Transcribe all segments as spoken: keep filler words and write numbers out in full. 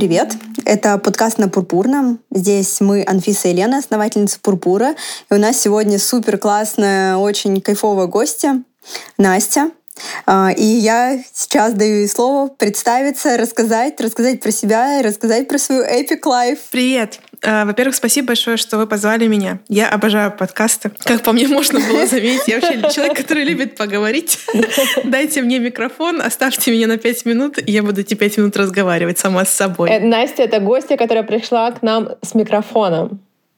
привет! Это подкаст «На Пурпурном». Здесь мы, Анфиса и Лена, основательницы Пурпура. И у нас сегодня супер классная, очень кайфовая гостья Настя. И я сейчас даю ей слово представиться, рассказать, рассказать про себя и рассказать про свою Epic Life. Привет! Во-первых, спасибо большое, что вы позвали меня. Я обожаю подкасты. Как по мне можно было заметить, я вообще человек, который любит поговорить. Дайте мне микрофон, оставьте меня на пять минут, и я буду эти пять минут разговаривать сама с собой. Настя — это гостья, которая пришла к нам с микрофоном.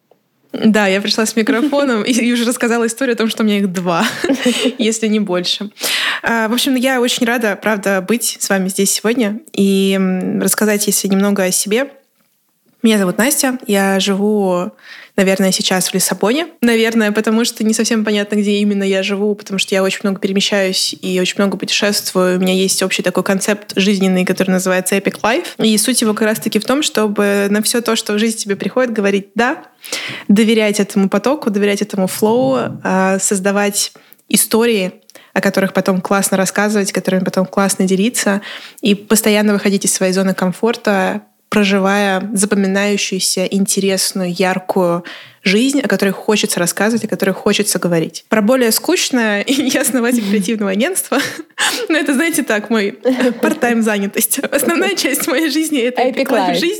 Да, я пришла с микрофоном и уже рассказала историю о том, что у меня их два, если не больше. В общем, я очень рада, правда, быть с вами здесь сегодня и рассказать, если немного о себе. Меня зовут Настя, я живу, наверное, сейчас в Лиссабоне. Наверное, потому что не совсем понятно, где именно я живу, потому что я очень много перемещаюсь и очень много путешествую. У меня есть общий такой концепт жизненный, который называется Epic Life. И суть его как раз-таки в том, чтобы на все то, что в жизни тебе приходит, говорить «да», доверять этому потоку, доверять этому флоу, создавать истории, о которых потом классно рассказывать, которыми потом классно делиться, и постоянно выходить из своей зоны комфорта, проживая запоминающуюся, интересную, яркую жизнь, о которой хочется рассказывать, о которой хочется говорить. Про более скучное я основатель креативного агентства. Но это, знаете, так, мой part-time занятость. Основная часть моей жизни — это Epic Life жизнь.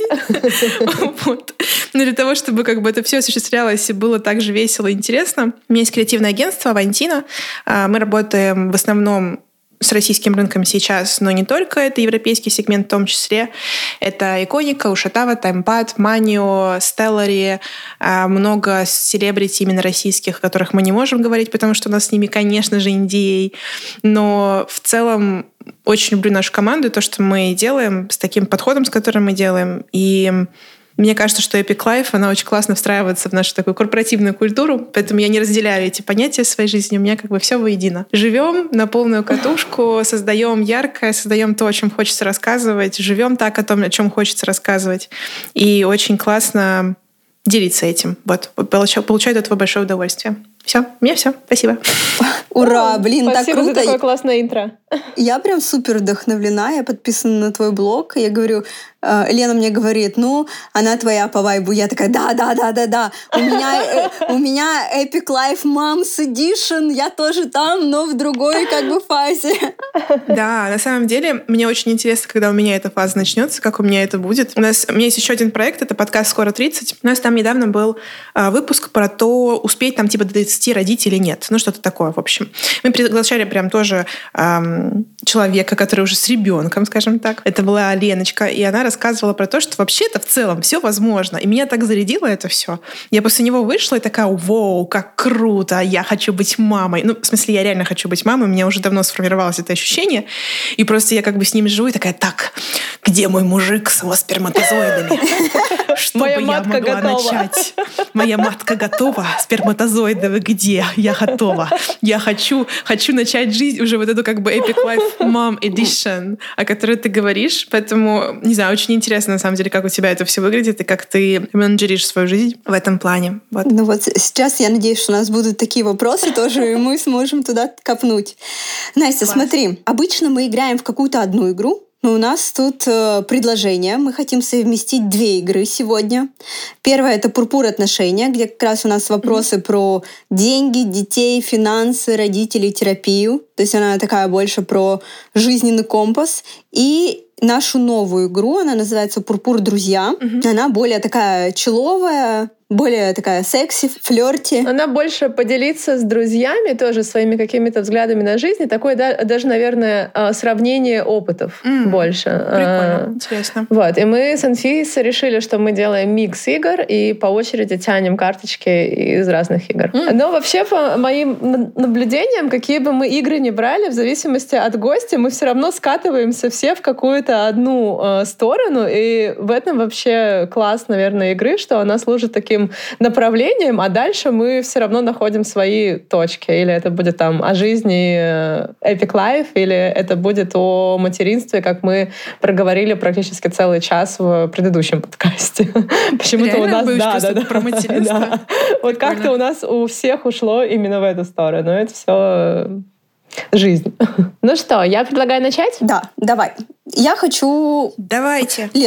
Вот. Но для того, чтобы как бы это все осуществлялось и было так же весело и интересно, у меня есть креативное агентство «Авантина». Мы работаем в основном с российским рынком сейчас, но не только, это европейский сегмент в том числе. Это Иконика, Ушатава, Таймпад, Манио, Stellary, много селебрити именно российских, о которых мы не можем говорить, потому что у нас с ними, конечно же, эн ди эй. Но в целом очень люблю нашу команду и то, что мы делаем, с таким подходом, с которым мы делаем. И мне кажется, что Epic Life, она очень классно встраивается в нашу такую корпоративную культуру, поэтому я не разделяю эти понятия в своей жизни, у меня как бы все воедино. Живем на полную катушку, создаем яркое, создаем то, о чем хочется рассказывать, живем так, о том, о чем хочется рассказывать. И очень классно делиться этим. Вот, получаю, получаю от этого большое удовольствие. Все, у меня все. Спасибо. Ура, блин, Спасибо так круто. за такое классное интро. Я прям супер вдохновлена, я подписана на твой блог. Я говорю, Лена мне говорит, ну, она твоя по вайбу. Я такая, да-да-да-да-да. У меня, у меня Epic Life Moms Edition, я тоже там, но в другой как бы фазе. Да, на самом деле, мне очень интересно, когда у меня эта фаза начнется, как у меня это будет. У нас, у меня есть еще один проект, это подкаст «Скоро тридцать». У нас там недавно был а, выпуск про то, успеть там типа до тридцати родить или нет. Ну, что-то такое, в общем. Мы приглашали прям тоже эм, человека, который уже с ребенком, скажем так. Это была Леночка, и она рассказывала про то, что вообще-то в целом все возможно. И меня так зарядило это все. Я после него вышла и такая, вау, как круто, я хочу быть мамой. Ну, в смысле, я реально хочу быть мамой, у меня уже давно сформировалось это ощущение. И просто я как бы с ним живу и такая, так, где мой мужик с его сперматозоидами? Чтобы я могла начать. Моя матка готова, сперматозоиды вы где? Я готова. Я хочу, хочу начать жизнь уже вот эту как бы Epic Life Mom Edition, о которой ты говоришь. Поэтому, не знаю, очень интересно на самом деле, как у тебя это все выглядит и как ты менеджеришь свою жизнь в этом плане. Вот. Ну вот сейчас я надеюсь, что у нас будут такие вопросы тоже, и мы сможем туда копнуть. Настя, Класс. Смотри, обычно мы играем в какую-то одну игру, но у нас тут э, предложение. Мы хотим совместить две игры сегодня. Первая — это «Пурпур отношения», где как раз у нас вопросы mm-hmm. про деньги, детей, финансы, родителей, терапию. То есть она такая больше про жизненный компас. И нашу новую игру, она называется «Пурпур друзья». Mm-hmm. Она более такая человая, более такая секси, флёрти. Она больше поделиться с друзьями тоже своими какими-то взглядами на жизнь. И такое даже, наверное, сравнение опытов mm, больше. Прикольно, а, интересно. Вот. И мы с Анфисой решили, что мы делаем микс игр и по очереди тянем карточки из разных игр. Mm. Но вообще, по моим наблюдениям, какие бы мы игры ни брали, в зависимости от гостя, мы все равно скатываемся все в какую-то одну э, сторону. И в этом вообще класс, наверное, игры, что она служит таким направлением, а дальше мы все равно находим свои точки. Или это будет там о жизни Epic Life, или это будет о материнстве, как мы проговорили практически целый час в предыдущем подкасте. Почему-то у нас да, да, да, про материнство. Да. Вот как-то у нас у всех ушло именно в эту сторону. Это все жизнь. Ну что, я предлагаю начать? Да, давай. Я хочу... Давайте. Лен,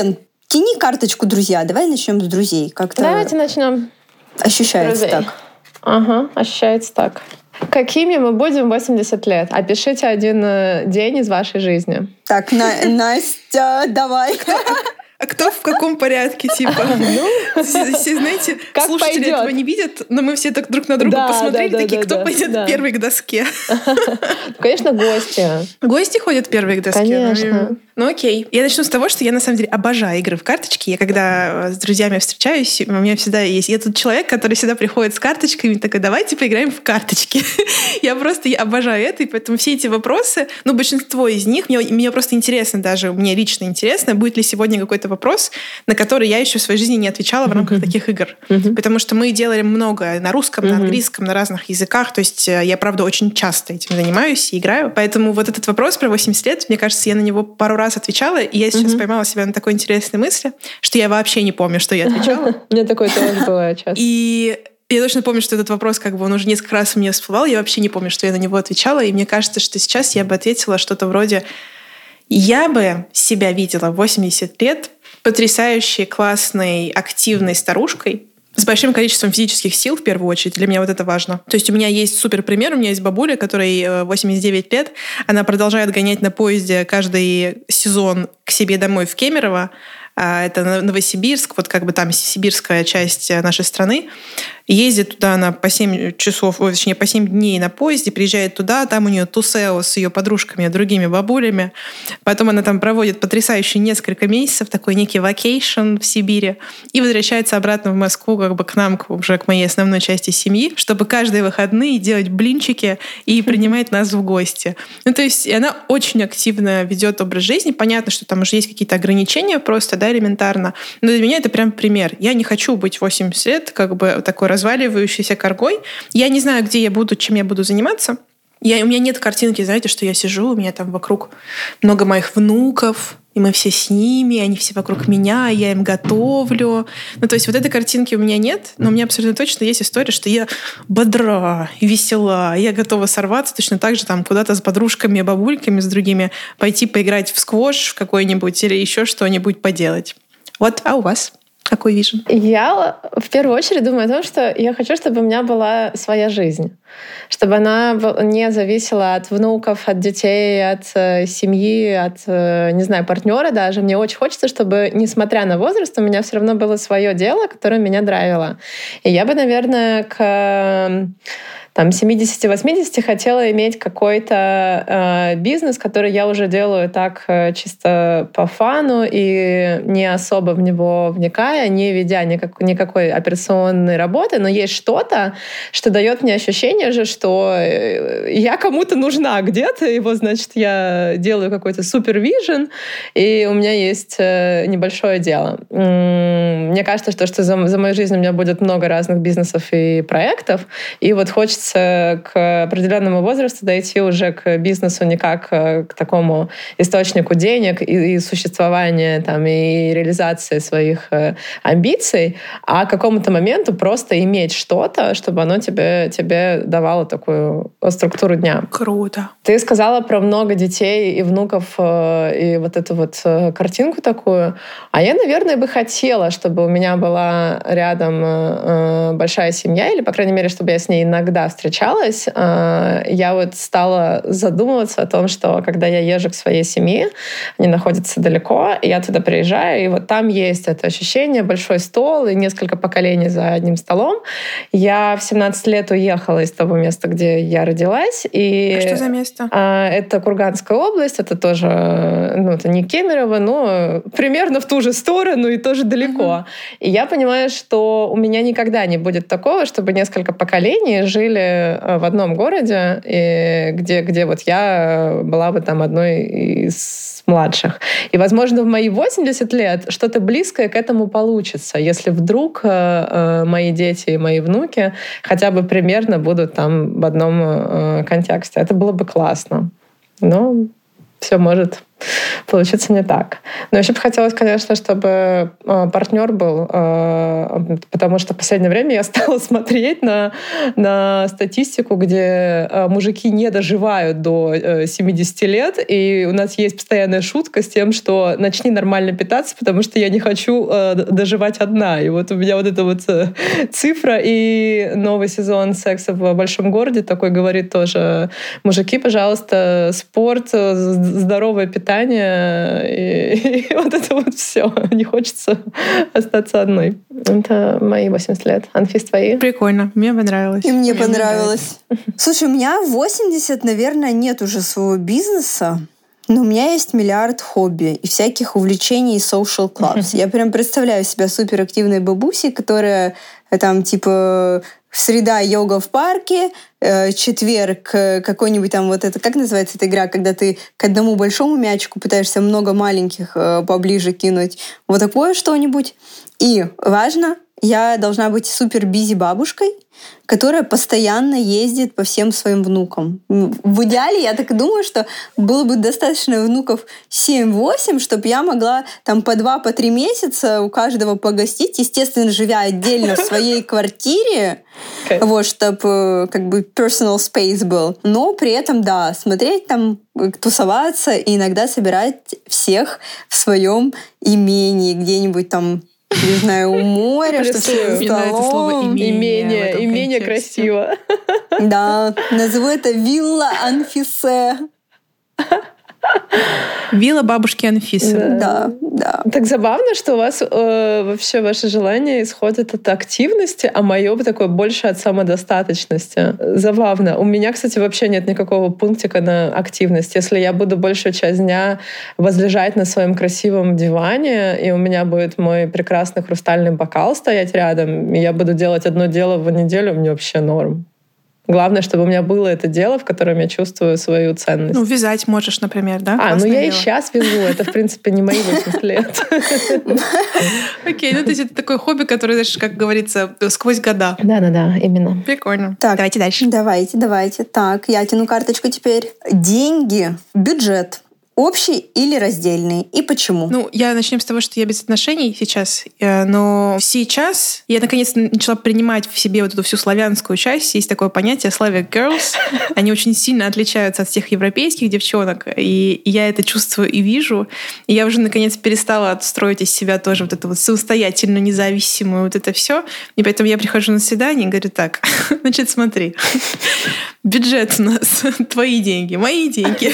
Тяни карточку, друзья. Давай начнем с друзей. Как-то Давайте начнем. Ощущается Друзей. так. Ага, ощущается так. Какими мы будем в восемьдесят лет? Опишите один день из вашей жизни. Так, На- Настя, давай. А кто в каком порядке, типа? Ну, все, знаете, как слушатели пойдет. Этого не видят, но мы все так друг на друга Да, посмотрели, да, да, такие, да, кто да, пойдет да. первый к доске? Конечно, гости. Гости ходят первые к доске. Конечно. Ну окей. Я начну с того, что я на самом деле обожаю игры в карточки. Я когда с друзьями встречаюсь, у меня всегда есть... Я тот человек, который всегда приходит с карточками, такой, давайте поиграем в карточки. Я просто я обожаю это, и поэтому все эти вопросы, ну, большинство из них, мне, мне просто интересно даже, мне лично интересно, будет ли сегодня какой-то вопрос, на который я еще в своей жизни не отвечала в рамках таких игр. Потому что мы делали много на русском, на английском, на разных языках. То есть я, правда, очень часто этим занимаюсь и играю. Поэтому вот этот вопрос про восемьдесят лет, мне кажется, я на него пару раз отвечала, и я сейчас поймала себя на такой интересной мысли, что я вообще не помню, что я отвечала. Мне такое тоже бывает часто. И я точно помню, что этот вопрос, как бы он уже несколько раз у меня всплывал, я вообще не помню, что я на него отвечала, и мне кажется, что сейчас я бы ответила что-то вроде «Я бы себя видела в восемьдесят лет потрясающей, классной, активной старушкой, с большим количеством физических сил, в первую очередь. Для меня вот это важно. То есть у меня есть супер пример. У меня есть бабуля, которой восемьдесят девять лет. Она продолжает гонять на поезде каждый сезон к себе домой в Кемерово. Это Новосибирск, вот как бы там сибирская часть нашей страны. Ездит туда она по семь часов, точнее, по семь дней на поезде, приезжает туда, там у нее тусео с ее подружками, другими бабулями. Потом она там проводит потрясающие несколько месяцев, такой некий вакейшн в Сибири, и возвращается обратно в Москву, как бы к нам, уже к моей основной части семьи, чтобы каждые выходные делать блинчики и принимать нас в гости. Ну, то есть она очень активно ведет образ жизни. Понятно, что там уже есть какие-то ограничения просто, да, элементарно. Но для меня это прям пример. Я не хочу быть в восемьдесят лет как бы такой разваливающейся коргой. Я не знаю, где я буду, чем я буду заниматься. Я, у меня нет картинки, знаете, что я сижу, у меня там вокруг много моих внуков, и мы все с ними, они все вокруг меня, я им готовлю. Ну, то есть вот этой картинки у меня нет, но у меня абсолютно точно есть история, что я бодра, весела, я готова сорваться точно так же там куда-то с подружками, бабульками, с другими, пойти поиграть в сквош в какой-нибудь или еще что-нибудь поделать. Вот, а у вас? Какой вижен? Я в первую очередь думаю о том, что я хочу, чтобы у меня была своя жизнь. Чтобы она не зависела от внуков, от детей, от э, семьи, от, э, не знаю, партнера даже. Мне очень хочется, чтобы, несмотря на возраст, у меня все равно было свое дело, которое меня драйвило. И я бы, наверное, к... там, семьдесят-восемьдесят хотела иметь какой-то э, бизнес, который я уже делаю так э, чисто по фану и не особо в него вникая, не ведя никак, никакой операционной работы, но есть что-то, что дает мне ощущение же, что я кому-то нужна где-то, и вот, значит, я делаю какой-то супервижен, и у меня есть э, небольшое дело. Мне кажется, что, что за, за мою жизнь у меня будет много разных бизнесов и проектов, и вот хочется к определенному возрасту дойти уже к бизнесу не как к такому источнику денег и, и существования там, и реализации своих амбиций, а к какому-то моменту просто иметь что-то, чтобы оно тебе, тебе давало такую структуру дня. Круто. Ты сказала про много детей и внуков, и вот эту вот картинку такую. А я, наверное, бы хотела, чтобы у меня была рядом большая семья, или, по крайней мере, чтобы я с ней иногда встречалась. Я вот стала задумываться о том, что когда я езжу к своей семье, они находятся далеко, и я туда приезжаю, и вот там есть это ощущение, большой стол и несколько поколений за одним столом. Я в семнадцать лет уехала из того места, где я родилась. И а что за место? Это Курганская область, это тоже, ну, это не Кемерово, но примерно в ту же сторону и тоже далеко. Uh-huh. И я понимаю, что у меня никогда не будет такого, чтобы несколько поколений жили в одном городе, и где, где вот я была бы там одной из младших. И, возможно, в мои восемьдесят лет что-то близкое к этому получится, если вдруг э, мои дети и мои внуки хотя бы примерно будут там в одном э, контексте. Это было бы классно. Но все может получиться не так. Но еще бы хотелось, конечно, чтобы партнер был, потому что в последнее время я стала смотреть на, на статистику, где мужики не доживают до семидесяти лет, и у нас есть постоянная шутка с тем, что начни нормально питаться, потому что я не хочу доживать одна. И вот у меня вот эта вот цифра, и новый сезон «Секса в большом городе» такой говорит тоже: мужики, пожалуйста, спорт, здоровое питание, и, и вот это вот все. Не хочется остаться одной. Это мои восемьдесят лет. Анфис, твои? Прикольно. Мне понравилось. И мне, мне понравилось. Слушай, у меня восемьдесят, наверное, нет уже своего бизнеса, но у меня есть миллиард хобби и всяких увлечений и social clubs. Я прям представляю себя суперактивной бабусей, которая там типа среда йога в парке, э, четверг э, какой-нибудь там вот это, как называется эта игра, когда ты к одному большому мячику пытаешься много маленьких э, поближе кинуть. Вот такое что-нибудь. И важно, я должна быть супер бизи бабушкой, которая постоянно ездит по всем своим внукам. В идеале, я так и думаю, что было бы достаточно внуков семь-восемь, чтобы я могла там по два, по три месяца у каждого погостить, естественно, живя отдельно в своей квартире, okay. вот, чтобы как бы personal space был. Но при этом, да, смотреть там, тусоваться и иногда собирать всех в своем имении, где-нибудь там, не знаю, у моря, что все за столом. Имение, имение красиво. Да, назову это вилла Анфисе. Вилла бабушки Анфисы. Да, да. Так забавно, что у вас э, вообще ваши желания исходят от активности, а мое такое больше от самодостаточности. Забавно. У меня, кстати, вообще нет никакого пунктика на активность. Если я буду большую часть дня возлежать на своем красивом диване, и у меня будет мой прекрасный хрустальный бокал стоять рядом, и я буду делать одно дело в неделю, мне вообще норм. Главное, чтобы у меня было это дело, в котором я чувствую свою ценность. Ну, вязать можешь, например, да? А, ну я дело. И сейчас вяжу. Это, в принципе, не мои восемьдесят лет. Окей, ну то есть это такое хобби, которое, знаешь, как говорится, сквозь года. Да-да-да, именно. Прикольно. Так, давайте дальше. Давайте, давайте. Так, я тяну карточку теперь. Деньги, бюджет. Общий или раздельный? И почему? Ну, я начнем с того, что я без отношений сейчас, но сейчас я наконец начала принимать в себе вот эту всю славянскую часть. Есть такое понятие Slavic girls. Они очень сильно отличаются от всех европейских девчонок, и я это чувствую и вижу. И я уже наконец перестала строить из себя тоже вот это вот самостоятельно независимую вот это все. И поэтому я прихожу на свидание и говорю: так, значит, смотри, бюджет у нас, твои деньги, мои деньги.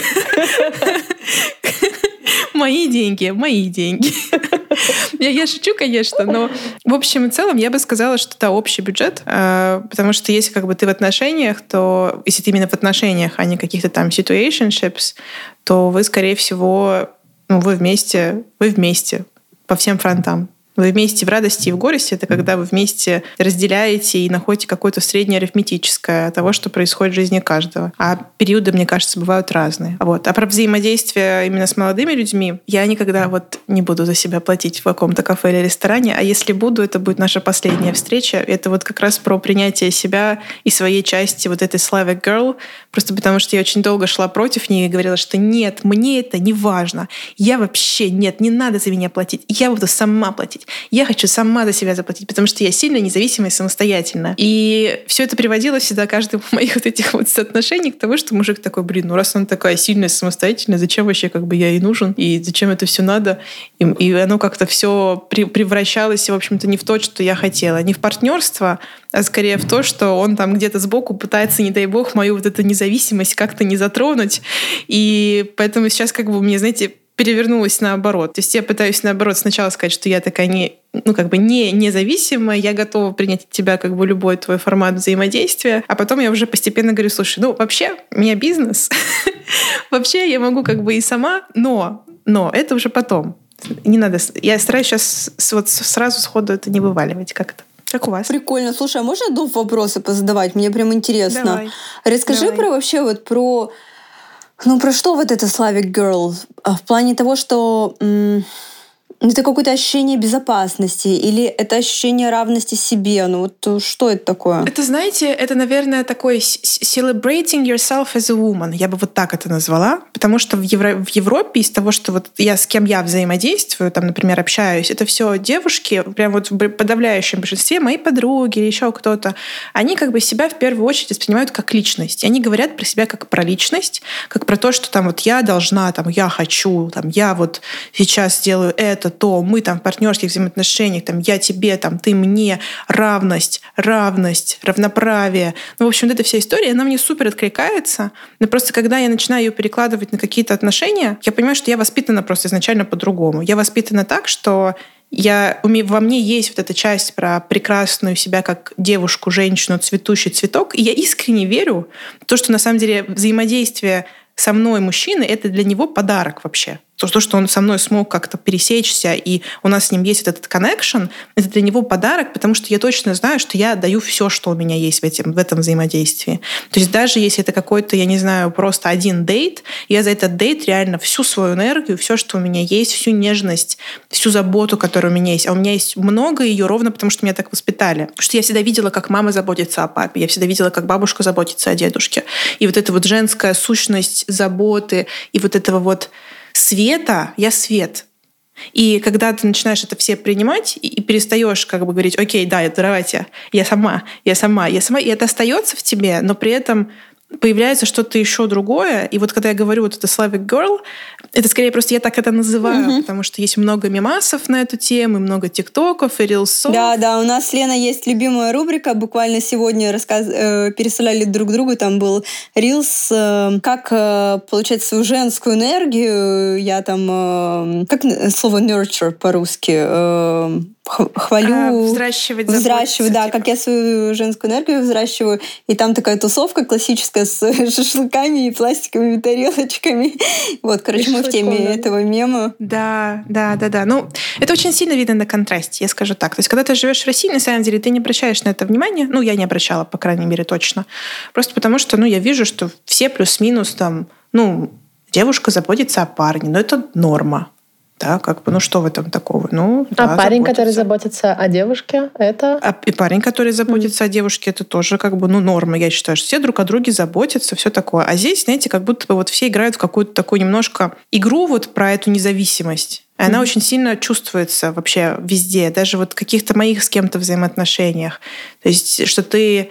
Мои деньги, мои деньги. я, я шучу, конечно, но в общем и целом я бы сказала, что это общий бюджет, э, потому что если как бы ты в отношениях, то если ты именно в отношениях, а не каких-то там situationships, то вы, скорее всего, ну, вы вместе, вы вместе по всем фронтам. Вы вместе в радости и в горести — это когда вы вместе разделяете и находите какое-то среднее арифметическое того, что происходит в жизни каждого. А периоды, мне кажется, бывают разные. Вот. А про взаимодействие именно с молодыми людьми я никогда вот не буду за себя платить в каком-то кафе или ресторане, а если буду, это будет наша последняя встреча. Это вот как раз про принятие себя и своей части вот этой Slavic girl, просто потому что я очень долго шла против нее и говорила, что нет, мне это не важно. Я вообще, нет, не надо за меня платить. Я буду сама платить. Я хочу сама за себя заплатить, потому что я сильно независимая и самостоятельна. И все это приводило всегда каждый из моих вот этих вот соотношений к тому, что мужик такой: блин, ну раз она такая сильная, самостоятельная, зачем вообще как бы я ей нужен? И зачем это все надо? И, и оно как-то все при, превращалось, в общем-то, не в то, что я хотела. Не в партнерство, а скорее в то, что он там где-то сбоку пытается, не дай бог, мою вот эту независимость как-то не затронуть. И поэтому сейчас как бы мне, знаете, перевернулась наоборот. То есть я пытаюсь наоборот сначала сказать, что я такая не, ну, как бы не независимая, я готова принять от тебя как бы любой твой формат взаимодействия, а потом я уже постепенно говорю: слушай, ну вообще у меня бизнес, вообще я могу как бы и сама, но, но это уже потом. Не надо. Я стараюсь сейчас вот сразу сходу это не вываливать как-то. Как у вас? Прикольно. Слушай, а можно доп. Вопросы позадавать? Мне прям интересно. Давай. Расскажи Давай. про вообще вот про... Ну, про что вот это Slavic girl? В плане того, что м- Это какое-то ощущение безопасности или это ощущение равности себе? Ну вот что это такое? Это, знаете, это, наверное, такой celebrating yourself as a woman. Я бы вот так это назвала. Потому что в, Евро- в Европе из того, что вот я с кем я взаимодействую, там, например, общаюсь, это все девушки, прям вот в подавляющем большинстве, мои подруги или еще кто-то, они как бы себя в первую очередь воспринимают как личность. И они говорят про себя как про личность, как про то, что там вот я должна, там, я хочу, там, я вот сейчас сделаю это, то, мы там в партнерских взаимоотношениях, там, я тебе, там, ты мне, равность, равность, равноправие. Ну, в общем, вот эта вся история, она мне супер откликается. Но просто когда я начинаю ее перекладывать на какие-то отношения, я понимаю, что я воспитана просто изначально по-другому. Я воспитана так, что я, во мне есть вот эта часть про прекрасную себя как девушку, женщину, цветущий цветок. И я искренне верю в то, что на самом деле взаимодействие со мной мужчины — это для него подарок вообще. То, что он со мной смог как-то пересечься, и у нас с ним есть этот connection, это для него подарок, потому что я точно знаю, что я даю все, что у меня есть в, этим, в этом взаимодействии. То есть даже если это какой-то, я не знаю, просто один дейт, я за этот дейт реально всю свою энергию, все, что у меня есть, всю нежность, всю заботу, которая у меня есть. А у меня есть много ее ровно потому, что меня так воспитали. Потому что я всегда видела, как мама заботится о папе, я всегда видела, как бабушка заботится о дедушке. И вот эта вот женская сущность заботы и вот этого вот света, я свет. И когда ты начинаешь это все принимать и, и перестаешь как бы говорить, окей, да, давайте, я сама, я сама, я сама, и это остается в тебе, но при этом появляется что-то еще другое. И вот когда я говорю вот это Slavic Girl, это скорее просто я так это называю, mm-hmm. потому что есть много мемасов на эту тему, много тиктоков и рилсов. Да, да, у нас с Леной есть любимая рубрика. Буквально сегодня рассказ... э, пересылали друг другу, там был рилс, э, как э, получать свою женскую энергию. Я там... Э, как слово nurture по-русски? Э, хвалю... А, взращивать, взращивать, да, типа. как я свою женскую энергию взращиваю. И там такая тусовка классическая с шашлыками и пластиковыми тарелочками. Вот, короче, мы в теме этого мема. Да, да, да, да. Ну, это очень сильно видно на контрасте, я скажу так. То есть, когда ты живешь в России, на самом деле, ты не обращаешь на это внимания. Ну, я не обращала, по крайней мере, точно. Просто потому что, ну, я вижу, что все плюс-минус там, ну, девушка заботится о парне, но это норма. Да, как бы, ну что в этом такого? Ну, а да, парень, заботится. который заботится о девушке, это... А, и парень, который заботится mm. о девушке, это тоже как бы, ну, норма, я считаю, что все друг о друге заботятся, все такое. А здесь, знаете, как будто бы вот все играют в какую-то такую немножко игру вот про эту независимость. И она mm. очень сильно чувствуется вообще везде, даже вот в каких-то моих с кем-то взаимоотношениях. То есть, что ты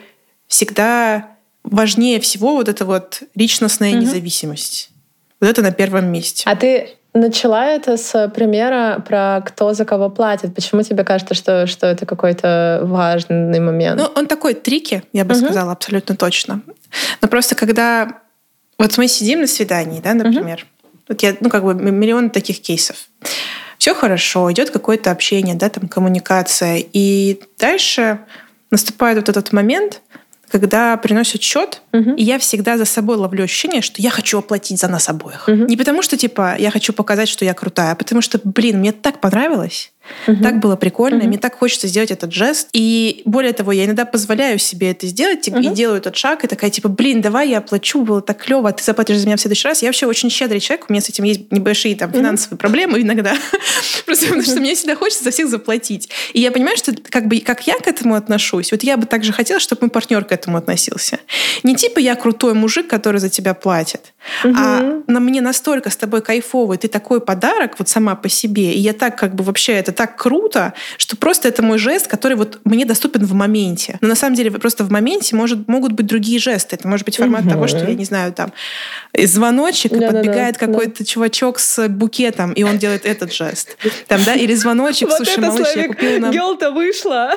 всегда важнее всего вот эта вот личностная mm-hmm. независимость. Вот это на первом месте. А ты... начала это с примера про кто за кого платит. Почему тебе кажется, что, что это какой-то важный момент? Ну, он такой трики, я бы uh-huh. сказала, абсолютно точно. Но просто когда... Вот мы сидим на свидании, да, например. Uh-huh. Вот я, ну, как бы миллион таких кейсов. Все хорошо, идет какое-то общение, да, там коммуникация. И дальше наступает вот этот момент, когда приносят счет, uh-huh. и я всегда за собой ловлю ощущение, что я хочу оплатить за нас обоих. Uh-huh. Не потому что, типа, я хочу показать, что я крутая, а потому что, блин, мне так понравилось, uh-huh. так было прикольно, uh-huh. мне так хочется сделать этот жест. И более того, я иногда позволяю себе это сделать, типа, uh-huh. и делаю этот шаг, и такая, типа, блин, давай я оплачу, было так клево, а ты заплатишь за меня в следующий раз. Я вообще очень щедрый человек, у меня с этим есть небольшие там финансовые uh-huh. проблемы иногда, просто потому что мне всегда хочется за всех заплатить. И я понимаю, что как бы как я к этому отношусь, вот я бы также хотела, чтобы мой партнер к этому относился. Не типа я крутой мужик, который за тебя платит, угу. а на мне настолько с тобой кайфово, и ты такой подарок вот сама по себе, и я так как бы вообще, это так круто, что просто это мой жест, который вот мне доступен в моменте. Но на самом деле просто в моменте может, могут быть другие жесты. Это может быть формат угу. того, что, я не знаю, там звоночек, да, и подбегает да, да, какой-то да. чувачок с букетом, и он делает этот жест. Там, да, или звоночек, слушай, малыш, я купил нам... Гёл-то вышла.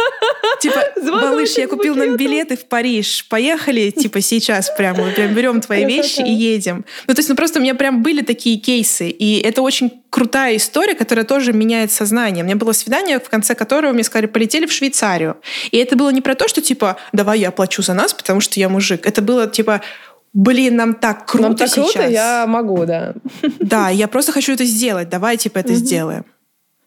Типа, малыш, я купил нам билеты в Париж, поехали, типа, сейчас прямо, прям берем твои вещи и едем. Ну, то есть, ну, просто у меня прям были такие кейсы, и это очень крутая история, которая тоже меняет сознание. У меня было свидание, в конце которого мне сказали, полетели в Швейцарию. И это было не про то, что, типа, давай я оплачу за нас, потому что я мужик. Это было, типа, блин, нам так круто нам так сейчас. Круто, я могу, да. Да, я просто хочу это сделать, давай, типа, это mm-hmm. сделаем.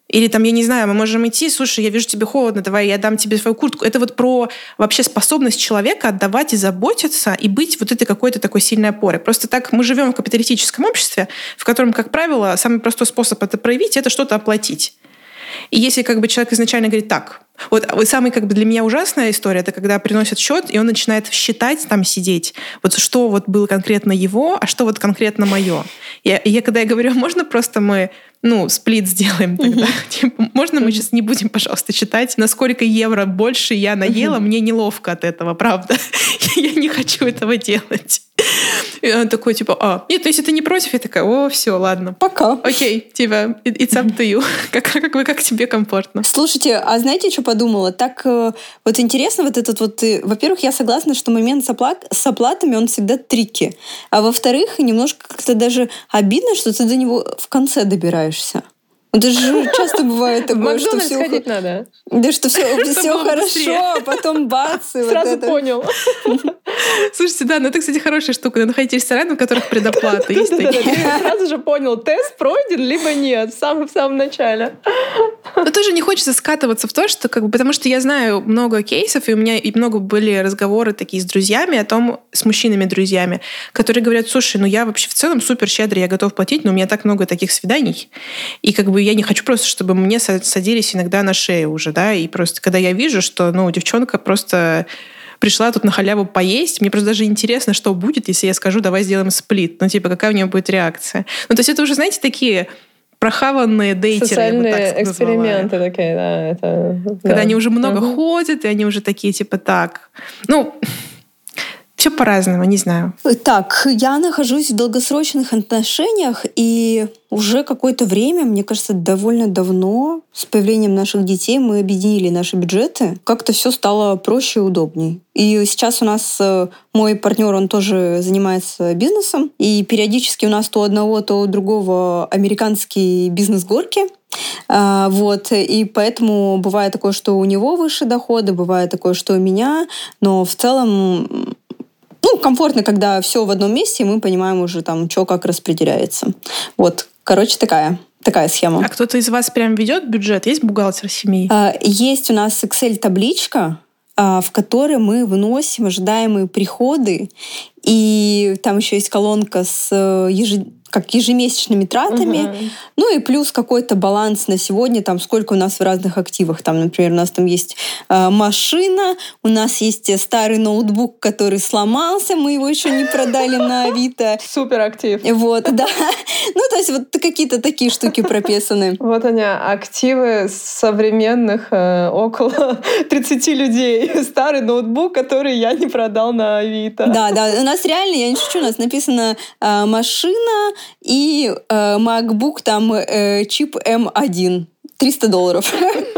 Или там, я не знаю, мы можем идти, слушай, я вижу, тебе холодно, давай я дам тебе свою куртку. Это вот про вообще способность человека отдавать и заботиться, и быть вот этой какой-то такой сильной опорой. Просто так мы живем в капиталистическом обществе, в котором, как правило, самый простой способ это проявить — это что-то оплатить. И если как бы человек изначально говорит так, вот, вот самая как бы для меня ужасная история, это когда приносят счет, и он начинает считать, там сидеть, вот что вот было конкретно его, а что вот конкретно мое. Я, я когда я говорю, можно просто мы ну, сплит сделаем тогда. Mm-hmm. Типа, можно мы сейчас не будем, пожалуйста, читать, на сколько евро больше я наела? Mm-hmm. Мне неловко от этого, правда. Я не хочу этого делать. И он такой, типа, а, нет, то есть ты не против? Я такая, о, все, ладно. Пока. Окей, типа, it's up to you. Как, как, вы, как тебе комфортно. Слушайте, а знаете, что подумала? Так вот интересно вот этот вот... Во-первых, я согласна, что момент с, оплат, с оплатами, он всегда трики. А во-вторых, немножко как-то даже обидно, что ты до него в конце добираешься. Это же часто бывает такое, что все... сходить надо. Да, что все, все хорошо, а потом бац. И Сразу вот это. Понял. Слушайте, да, ну это, кстати, хорошая штука. Надо ходить в рестораны, у которых предоплата. Есть такие. Сразу же понял, тест пройден, либо нет, в самом, в самом начале. Но тоже не хочется скатываться в то, что как бы, потому что я знаю много кейсов, и у меня и много были разговоры такие с друзьями о том, с мужчинами-друзьями, которые говорят, слушай, ну я вообще в целом супер щедрый, я готов платить, но у меня так много таких свиданий, и как бы я не хочу просто, чтобы мне садились иногда на шею уже, да, и просто когда я вижу, что, ну, девчонка просто пришла тут на халяву поесть, мне просто даже интересно, что будет, если я скажу, давай сделаем сплит, ну, типа, какая у нее будет реакция. Ну, то есть это уже, знаете, такие прохаванные дейтеры. Социальные эксперименты такие, да. Это, Когда да. они уже много угу. ходят, и они уже такие, типа, так. Ну, все по-разному, не знаю. Так, я нахожусь в долгосрочных отношениях, и уже какое-то время, мне кажется, довольно давно, с появлением наших детей, мы объединили наши бюджеты. Как-то все стало проще и удобней. И сейчас у нас мой партнер, он тоже занимается бизнесом, и периодически у нас то одного, то другого американские бизнес-горки. А, вот, и поэтому бывает такое, что у него выше доходы, бывает такое, что у меня, но в целом ну, комфортно, когда все в одном месте, и мы понимаем уже, там, что как распределяется. Вот, короче, такая, такая схема. А кто-то из вас прям ведет бюджет? Есть бухгалтер семьи? А, есть у нас Excel-табличка, а, в которой мы вносим ожидаемые приходы, и там еще есть колонка с еж... как ежемесячными тратами, угу. ну и плюс какой-то баланс на сегодня, там сколько у нас в разных активах. Там, например, у нас там есть э, машина, у нас есть старый ноутбук, который сломался, мы его еще не продали на Авито. Супер актив. Вот, да. Ну, то есть вот какие-то такие штуки прописаны. Вот они, активы современных э, около тридцати людей. Старый ноутбук, который я не продал на Авито. Да, да, у нас реально, я не шучу, у нас написано э, машина, и э, MacBook, там э, чип эм один. триста долларов.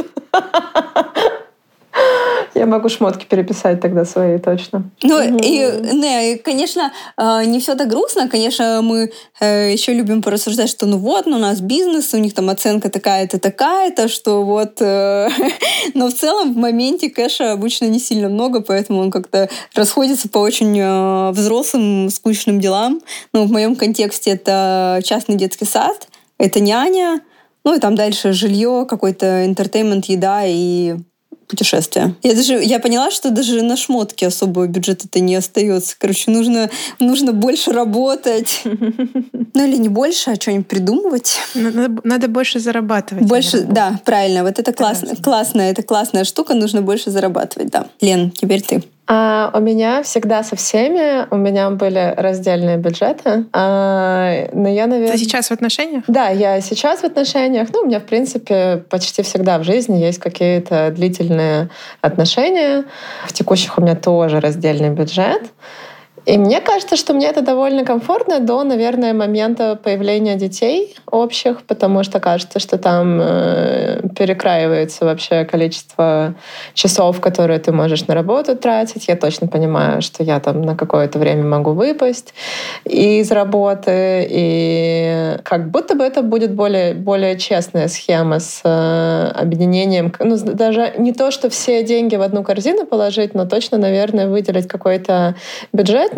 Я могу шмотки переписать тогда свои, точно. Ну, угу. и, не, конечно, не все так грустно. Конечно, мы еще любим порассуждать, что ну вот, ну, у нас бизнес, у них там оценка такая-то, такая-то, что вот... Но в целом в моменте кэша обычно не сильно много, поэтому он как-то расходится по очень взрослым, скучным делам. Ну, в моем контексте это частный детский сад, это няня, ну, и там дальше жилье, какой-то интертеймент, еда и... путешествия. Я даже я поняла, что даже на шмотки особого бюджета-то не остается. Короче, нужно, нужно больше работать. Ну или не больше, а что-нибудь придумывать. Надо, надо больше зарабатывать. Больше, да, правильно. Вот это классно, классная, это классная штука. Нужно больше зарабатывать, да. Лен, теперь ты. А у меня всегда со всеми, у меня были раздельные бюджеты. А, но я, наверное... Ты сейчас в отношениях? Да, я сейчас в отношениях. Ну, у меня, в принципе, почти всегда в жизни есть какие-то длительные отношения. В текущих у меня тоже раздельный бюджет. И мне кажется, что мне это довольно комфортно до, наверное, момента появления детей общих, потому что кажется, что там э, перекраивается вообще количество часов, которые ты можешь на работу тратить. Я точно понимаю, что я там на какое-то время могу выпасть из работы, и как будто бы это будет более, более честная схема с э, объединением. Ну, даже не то, что все деньги в одну корзину положить, но точно, наверное, выделить какой-то бюджет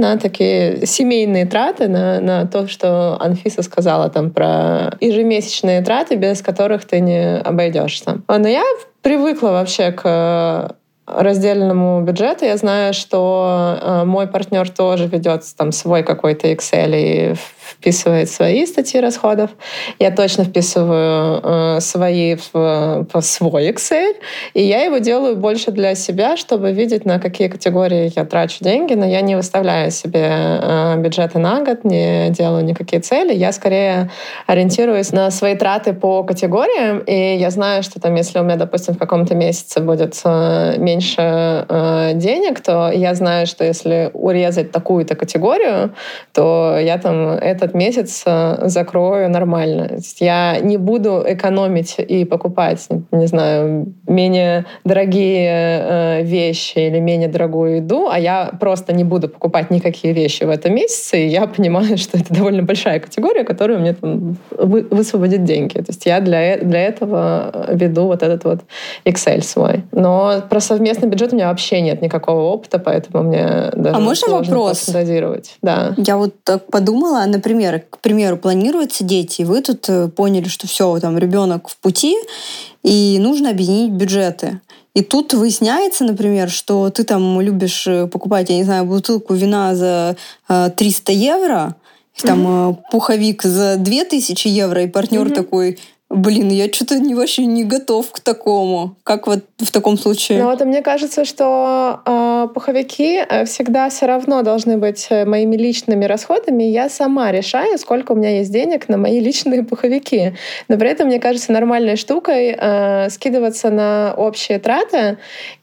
на такие семейные траты, на, на то, что Анфиса сказала там про ежемесячные траты, без которых ты не обойдешься. Но я привыкла вообще к раздельному бюджету. Я знаю, что э, мой партнер тоже ведет там свой какой-то Excel и вписывает свои статьи расходов. Я точно вписываю э, свои в, в свой Excel, и я его делаю больше для себя, чтобы видеть, на какие категории я трачу деньги, но я не выставляю себе э, бюджеты на год, не делаю никакие цели. Я скорее ориентируюсь на свои траты по категориям, и я знаю, что там, если у меня, допустим, в каком-то месяце будет э, меньше э, денег, то я знаю, что если урезать такую-то категорию, то я там этот месяц э, закрою нормально. То есть я не буду экономить и покупать, не знаю, менее дорогие э, вещи или менее дорогую еду, а я просто не буду покупать никакие вещи в этом месяце, и я понимаю, что это довольно большая категория, которая мне там вы, высвободит деньги. То есть я для, для этого веду вот этот вот Excel свой. Но про совместный бюджет у меня вообще нет никакого опыта, поэтому мне даже а можно сложно вопрос? Фантазировать. Да. Я вот так подумала, например, к примеру, планируются дети, и вы тут поняли, что все, там ребенок в пути, и нужно объединить бюджеты. И тут выясняется, например, что ты там любишь покупать, я не знаю, бутылку вина за триста евро, там mm-hmm. пуховик за две тысячи евро, и партнер mm-hmm. такой: блин, я что-то не, вообще не готов к такому. Как вот в таком случае? Ну вот, мне кажется, что э, пуховики всегда все равно должны быть моими личными расходами. Я сама решаю, сколько у меня есть денег на мои личные пуховики. Но при этом, мне кажется, нормальной штукой э, скидываться на общие траты.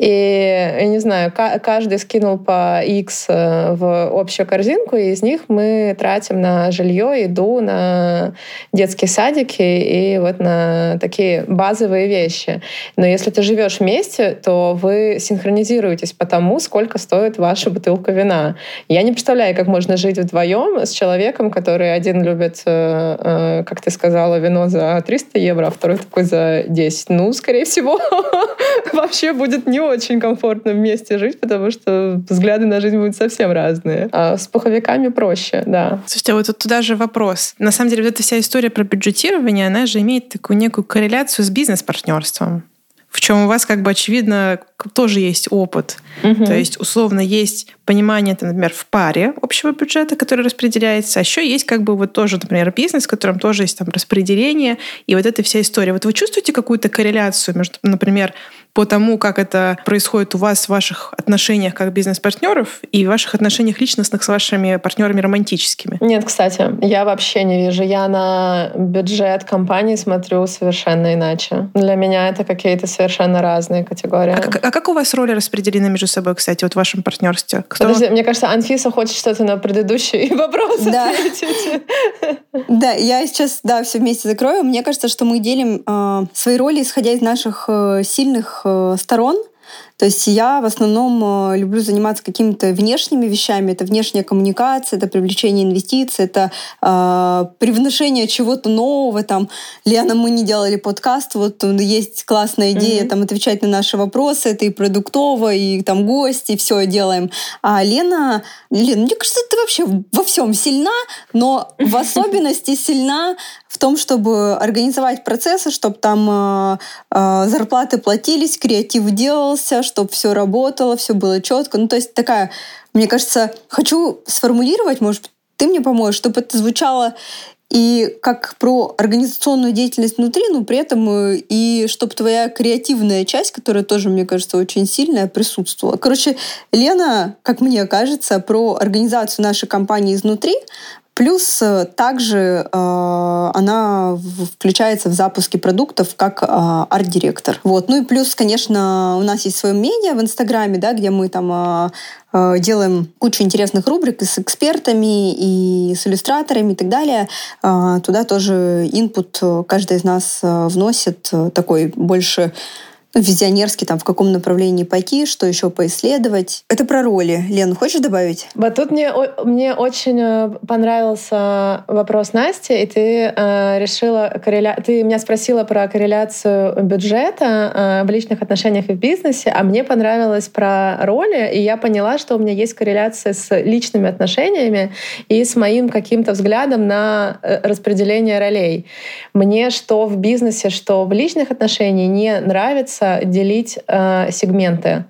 И, я не знаю, к- каждый скинул по X в общую корзинку, и из них мы тратим на жилье, еду, на детские садики и вот на такие базовые вещи. Но если ты живешь вместе, то вы синхронизируетесь по тому, сколько стоит ваша бутылка вина. Я не представляю, как можно жить вдвоем с человеком, который один любит, как ты сказала, вино за триста евро, а второй такой за десять. Ну, скорее всего, вообще будет не очень комфортно вместе жить, потому что взгляды на жизнь будут совсем разные. А с пуховиками проще, да. Слушайте, а вот туда же вопрос. На самом деле, вот эта вся история про бюджетирование, она же имеет такую некую корреляцию с бизнес-партнерством, в чем у вас, как бы, очевидно, тоже есть опыт. Uh-huh. То есть, условно, есть понимание, там, например, в паре общего бюджета, который распределяется, а еще есть, как бы, вот тоже, например, бизнес, в котором тоже есть там распределение, и вот эта вся история. Вот вы чувствуете какую-то корреляцию между, например, по тому, как это происходит у вас в ваших отношениях как бизнес-партнеров и в ваших отношениях личностных с вашими партнерами романтическими? Нет, кстати, я вообще не вижу. Я на бюджет компании смотрю совершенно иначе. Для меня это какие-то совершенно разные категории. А как, а как у вас роли распределены между собой, кстати, вот в вашем партнерстве? Кто... Подожди, мне кажется, Анфиса хочет что-то на предыдущий вопрос да. ответить. Да, я сейчас, да, все вместе закрою. Мне кажется, что мы делим э, свои роли, исходя из наших э, сильных э, сторон. То есть я в основном люблю заниматься какими-то внешними вещами. Это внешняя коммуникация, это привлечение инвестиций, это э, привношение чего-то нового. Там, Лена, мы не делали подкаст, вот есть классная идея mm-hmm. там, отвечать на наши вопросы. Это и продуктово, и там гости, все делаем. А Лена, Лена, мне кажется, ты вообще во всем сильна, но в особенности сильна в том, чтобы организовать процессы, чтобы там э, э, зарплаты платились, креатив делался, чтобы все работало, все было четко. Ну, то есть такая, мне кажется, хочу сформулировать, может быть, ты мне поможешь, чтобы это звучало и как про организационную деятельность внутри, но при этом и чтобы твоя креативная часть, которая тоже, мне кажется, очень сильная, присутствовала. Короче, Лена, как мне кажется, про организацию нашей компании изнутри. Плюс также э, она включается в запуске продуктов как э, арт-директор. Вот. Ну и плюс, конечно, у нас есть свое медиа в Инстаграме, да, где мы там э, делаем кучу интересных рубрик и с экспертами, и с иллюстраторами и так далее. Э, туда тоже инпут каждый из нас вносит такой больше визионерски, там, в каком направлении пойти, что еще поисследовать. Это про роли. Лен, хочешь добавить? Вот тут мне, мне очень понравился вопрос Насти, и ты э, решила корреля... ты меня спросила про корреляцию бюджета э, в личных отношениях и в бизнесе, а мне понравилось про роли, и я поняла, что у меня есть корреляция с личными отношениями и с моим каким-то взглядом на распределение ролей. Мне что в бизнесе, что в личных отношениях не нравится делить э, сегменты.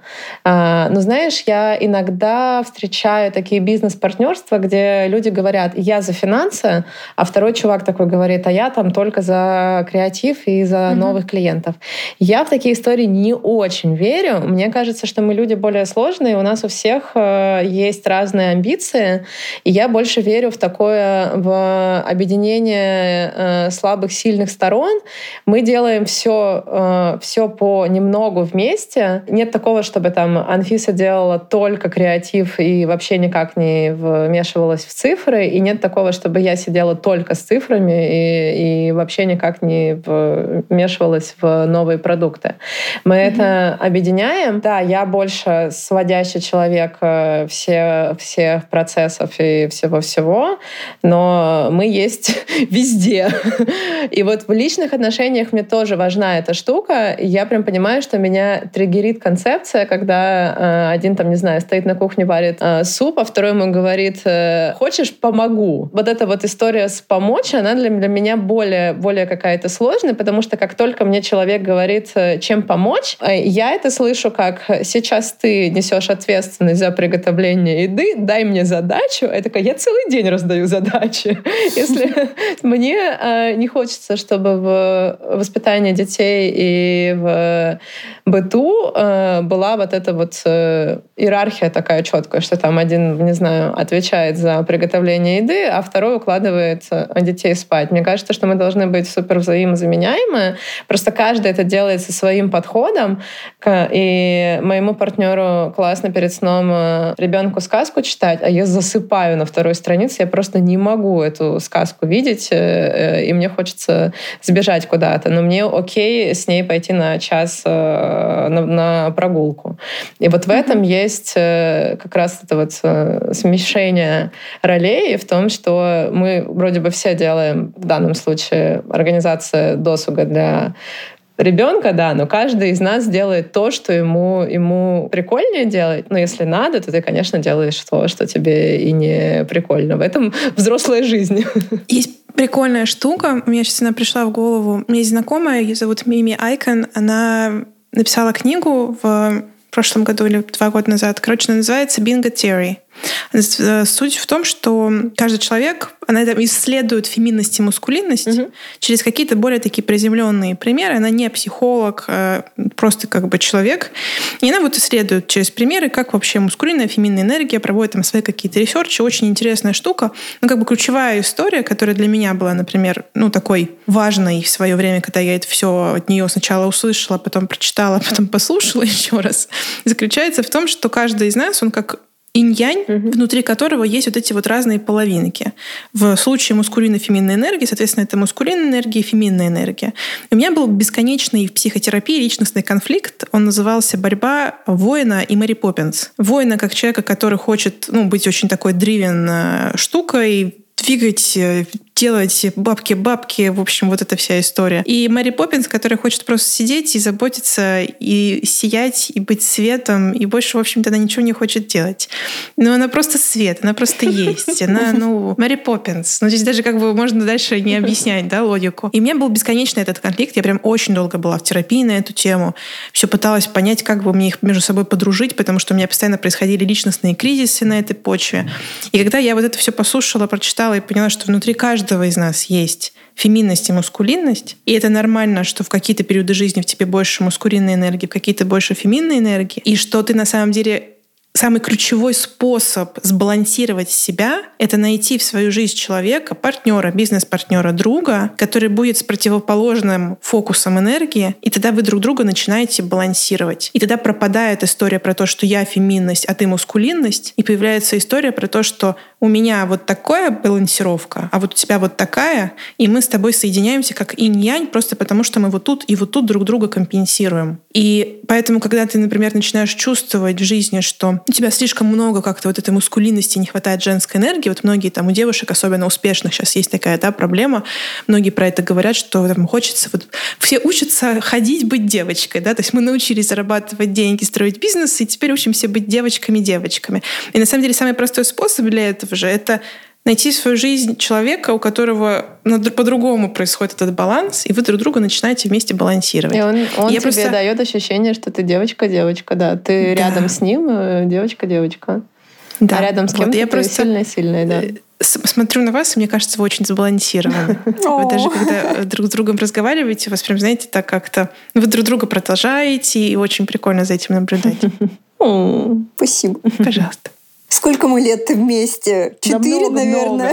Э, но знаешь, я иногда встречаю такие бизнес-партнерства, где люди говорят: я за финансы, а второй чувак такой говорит: а я там только за креатив и за mm-hmm. новых клиентов. Я в такие истории не очень верю. Мне кажется, что мы люди более сложные, у нас у всех э, есть разные амбиции, и я больше верю в такое, в объединение э, слабых, сильных сторон. Мы делаем все, э, все по немногу вместе. Нет такого, чтобы там Анфиса делала только креатив и вообще никак не вмешивалась в цифры, и нет такого, чтобы я сидела только с цифрами и, и вообще никак не вмешивалась в новые продукты. Мы mm-hmm. это объединяем. Да, я больше сводящий человек все, всех процессов и всего-всего, но мы есть везде. И вот в личных отношениях мне тоже важна эта штука. Я прям понимаю, что меня триггерит концепция, когда э, один там, не знаю, стоит на кухне, варит э, суп, а второй ему говорит: э, хочешь, помогу. Вот эта вот история с помочь, она для, для меня более, более какая-то сложная, потому что как только мне человек говорит, чем помочь, э, я это слышу как: сейчас ты несешь ответственность за приготовление еды, дай мне задачу. Я такая: я целый день раздаю задачи. Если мне не хочется, чтобы в воспитании детей и в быту э, была вот эта вот э, иерархия такая четкая, что там один, не знаю, отвечает за приготовление еды, а второй укладывает детей спать. Мне кажется, что мы должны быть супер взаимозаменяемы. Просто каждый это делает со своим подходом. И моему партнеру классно перед сном ребенку сказку читать, а я засыпаю на второй странице, я просто не могу эту сказку видеть, и мне хочется сбежать куда-то. Но мне окей с ней пойти на час на, на прогулку. И вот в mm-hmm. этом есть как раз это вот смешение ролей в том, что мы вроде бы все делаем, в данном случае, организация досуга для ребенка, да, но каждый из нас делает то, что ему, ему прикольнее делать. Но если надо, то ты, конечно, делаешь то, что тебе и не прикольно. В этом взрослая жизнь. Есть прикольная штука. Мне сейчас она пришла в голову. У меня есть знакомая, ее зовут Мими Айкон. Она написала книгу в прошлом году или два года назад. Короче, она называется «Bingo Theory». Суть в том, что каждый человек, она исследует феминность и маскулинность mm-hmm. через какие-то более такие приземленные примеры. Она не психолог, а просто как бы человек. И она вот исследует через примеры, как вообще маскулинная, феминная энергия, проводит там свои какие-то ресерчи. Очень интересная штука. Но как бы ключевая история, которая для меня была, например, ну такой важной в свое время, когда я это все от нее сначала услышала, потом прочитала, потом послушала еще раз, заключается в том, что каждый из нас, он как инь-янь, mm-hmm. внутри которого есть вот эти вот разные половинки. В случае маскулинно-феминной энергии, соответственно, это маскулинная энергия и феминная энергия. И у меня был бесконечный в психотерапии личностный конфликт. Он назывался «Борьба воина и Мэри Поппинс». Воина как человека, который хочет ну, быть очень такой driven штукой, двигать, делать бабки-бабки, в общем, вот эта вся история. И Мэри Поппинс, которая хочет просто сидеть и заботиться, и сиять, и быть светом, и больше, в общем-то, она ничего не хочет делать. Но она просто свет, она просто есть. Она, ну, Мэри Поппинс. Ну, здесь даже как бы можно дальше не объяснять, да, логику. И у меня был бесконечный этот конфликт. Я прям очень долго была в терапии на эту тему. Все пыталась понять, как бы мне их между собой подружить, потому что у меня постоянно происходили личностные кризисы на этой почве. И когда я вот это все послушала, прочитала и поняла, что внутри каждого из нас есть феминность и маскулинность, и это нормально, что в какие-то периоды жизни в тебе больше маскулинной энергии, в какие-то больше феминной энергии, и что ты на самом деле самый ключевой способ сбалансировать себя — это найти в свою жизнь человека, партнера, бизнес-партнера, друга, который будет с противоположным фокусом энергии, и тогда вы друг друга начинаете балансировать. И тогда пропадает история про то, что я феминность, а ты мускулинность, и появляется история про то, что у меня вот такая балансировка, а вот у тебя вот такая, и мы с тобой соединяемся как инь-янь просто потому, что мы вот тут и вот тут друг друга компенсируем. И поэтому, когда ты, например, начинаешь чувствовать в жизни, что у тебя слишком много как-то вот этой мускулинности, не хватает женской энергии, вот многие там у девушек, особенно успешных, сейчас есть такая, да, проблема, многие про это говорят, что там хочется, вот все учатся ходить, быть девочкой, да, то есть мы научились зарабатывать деньги, строить бизнес, и теперь учимся быть девочками-девочками. И на самом деле самый простой способ для этого же — это найти в свою жизнь человека, у которого по-другому происходит этот баланс, и вы друг друга начинаете вместе балансировать. И он, он тебе просто... дает ощущение, что ты девочка-девочка, да. Ты да. рядом с ним девочка-девочка. Да. А рядом с кем-то вот, ты просто... сильная-сильная, да. Смотрю на вас, и мне кажется, вы очень сбалансированы. Вы даже когда друг с другом разговариваете, у вас прям, знаете, так как-то... Вы друг друга продолжаете, и очень прикольно за этим наблюдать. Спасибо. Пожалуйста. Сколько мы лет вместе? Четыре, да много, наверное.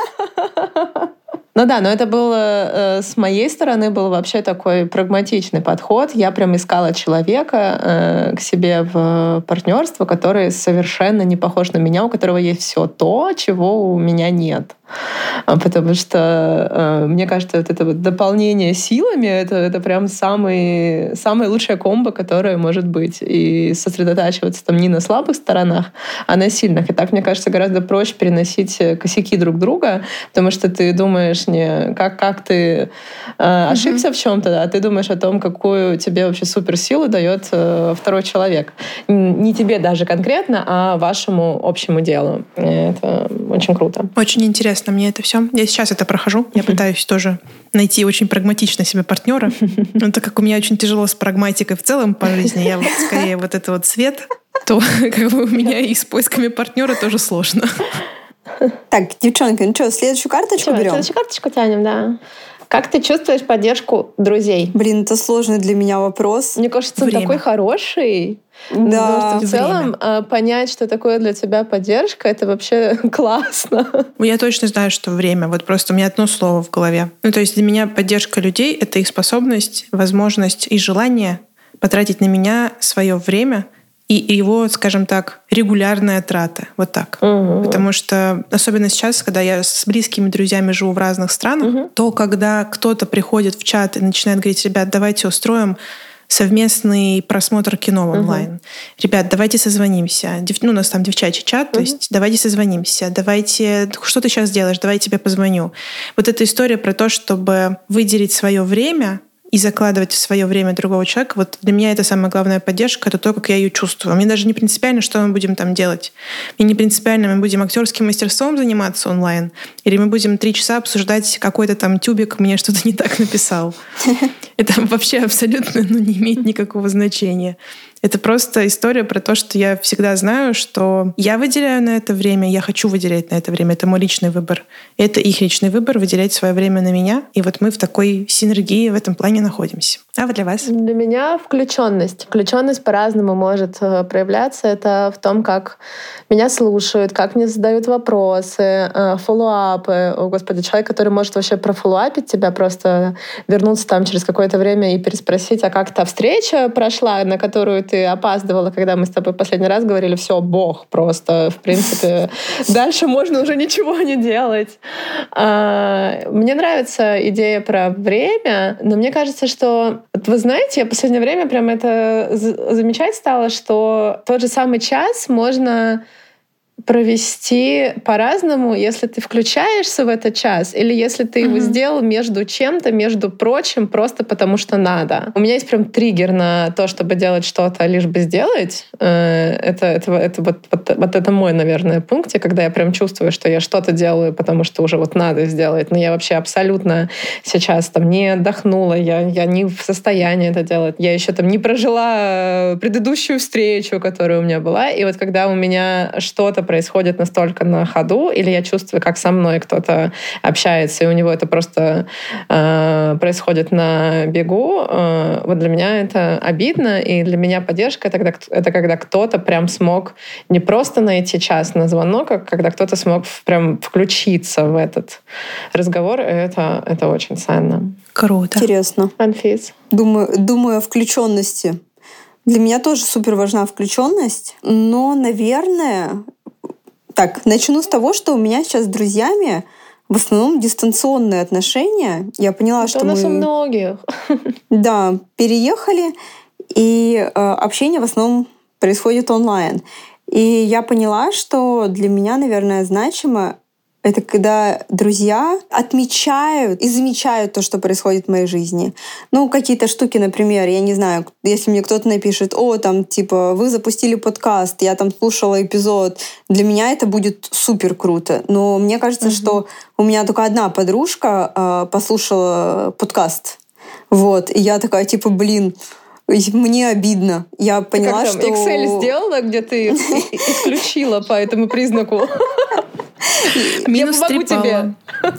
Много. Ну да, но это было, с моей стороны, был вообще такой прагматичный подход. Я прям искала человека к себе в партнерство, который совершенно не похож на меня, у которого есть все то, чего у меня нет. Потому что, мне кажется, вот это вот дополнение силами — это, это прям самый, самая лучшая комбо, которая может быть. И сосредотачиваться там не на слабых сторонах, а на сильных. И так, мне кажется, гораздо проще переносить косяки друг друга, потому что ты думаешь не как, как ты э, ошибся mm-hmm. в чем-то, а ты думаешь о том, какую тебе вообще суперсилу дает э, второй человек. Не тебе даже конкретно, а вашему общему делу. Это очень круто. Очень интересно мне это все. Я сейчас это прохожу. Я пытаюсь тоже найти очень прагматично себе партнера. Но так как у меня очень тяжело с прагматикой в целом по жизни, я вот скорее вот это вот свет, то как бы у меня и с поисками партнера тоже сложно. Так, девчонки, ну что, следующую карточку что, берем? Следующую карточку тянем, да. Как ты чувствуешь поддержку друзей? Блин, это сложный для меня вопрос. Мне кажется, он такой хороший. Да. Потому что в целом время. Понять, что такое для тебя поддержка, это вообще классно. Я точно знаю, что время. Вот просто у меня одно слово в голове. Ну, то есть для меня поддержка людей — это их способность, возможность и желание потратить на меня свое время и его, скажем так, регулярная трата. Вот так. Угу. Потому что, особенно сейчас, когда я с близкими друзьями живу в разных странах, угу. то когда кто-то приходит в чат и начинает говорить: ребят, давайте устроим совместный просмотр кино онлайн. Uh-huh. Ребят, давайте созвонимся. Дев... Ну, у нас там девчачий чат, uh-huh. то есть давайте созвонимся. Давайте... Что ты сейчас делаешь? Давай я тебе позвоню. Вот эта история про то, чтобы выделить свое время и закладывать в свое время другого человека, вот для меня это самая главная поддержка, это то, как я ее чувствую. Мне даже не принципиально, что мы будем там делать. Мне не принципиально, мы будем актерским мастерством заниматься онлайн, или мы будем три часа обсуждать какой-то там тюбик мне что-то не так написал. Это вообще абсолютно ну, не имеет никакого значения. Это просто история про то, что я всегда знаю, что я выделяю на это время, я хочу выделять на это время. Это мой личный выбор. Это их личный выбор — выделять свое время на меня. И вот мы в такой синергии в этом плане находимся. А вот для вас? Для меня включенность. Включенность по-разному может проявляться. Это в том, как меня слушают, как мне задают вопросы, фоллоуапы. О, Господи, человек, который может вообще профоллоуапить тебя, просто вернуться там через какое-то время и переспросить, а как та встреча прошла, на которую ты опаздывала, когда мы с тобой последний раз говорили: все, бог просто, в принципе, дальше можно уже ничего не делать. Мне нравится идея про время, но мне кажется, что, вы знаете, я в последнее время прям это замечать стала, что тот же самый час можно провести по-разному, если ты включаешься в этот час, или если ты mm-hmm. его сделал между чем-то, между прочим, просто потому что надо. У меня есть прям триггер на то, чтобы делать что-то, лишь бы сделать. Это, это, это вот, вот, вот это мой, наверное, пункт, когда я прям чувствую, что я что-то делаю, потому что уже вот надо сделать, но я вообще абсолютно сейчас там не отдохнула, я, я не в состоянии это делать, я еще там не прожила предыдущую встречу, которая у меня была, и вот когда у меня что-то происходит, происходит настолько на ходу, или я чувствую, как со мной кто-то общается, и у него это просто э, происходит на бегу, э, вот для меня это обидно, и для меня поддержка — это когда, это когда кто-то прям смог не просто найти час на звонок, а когда кто-то смог прям включиться в этот разговор, и это, это очень ценно. Круто. Интересно. Анфис? Думаю, думаю о включенности. Для меня тоже супер важна включенность, но, наверное, так, начну с того, что у меня сейчас с друзьями в основном дистанционные отношения. Я поняла, это что у нас мы... у многих. Да, переехали, и э, общение в основном происходит онлайн. И я поняла, что для меня, наверное, значимо это когда друзья отмечают и замечают то, что происходит в моей жизни. Ну, какие-то штуки, например, я не знаю, если мне кто-то напишет: о, там, типа, вы запустили подкаст, я там слушала эпизод, для меня это будет супер круто. Но мне кажется, mm-hmm. что у меня только одна подружка э, послушала подкаст. Вот, и я такая, типа, блин, мне обидно. Я поняла, ты как что... там, Excel сделала, где ты исключила по этому признаку? Минус я помогу тебе.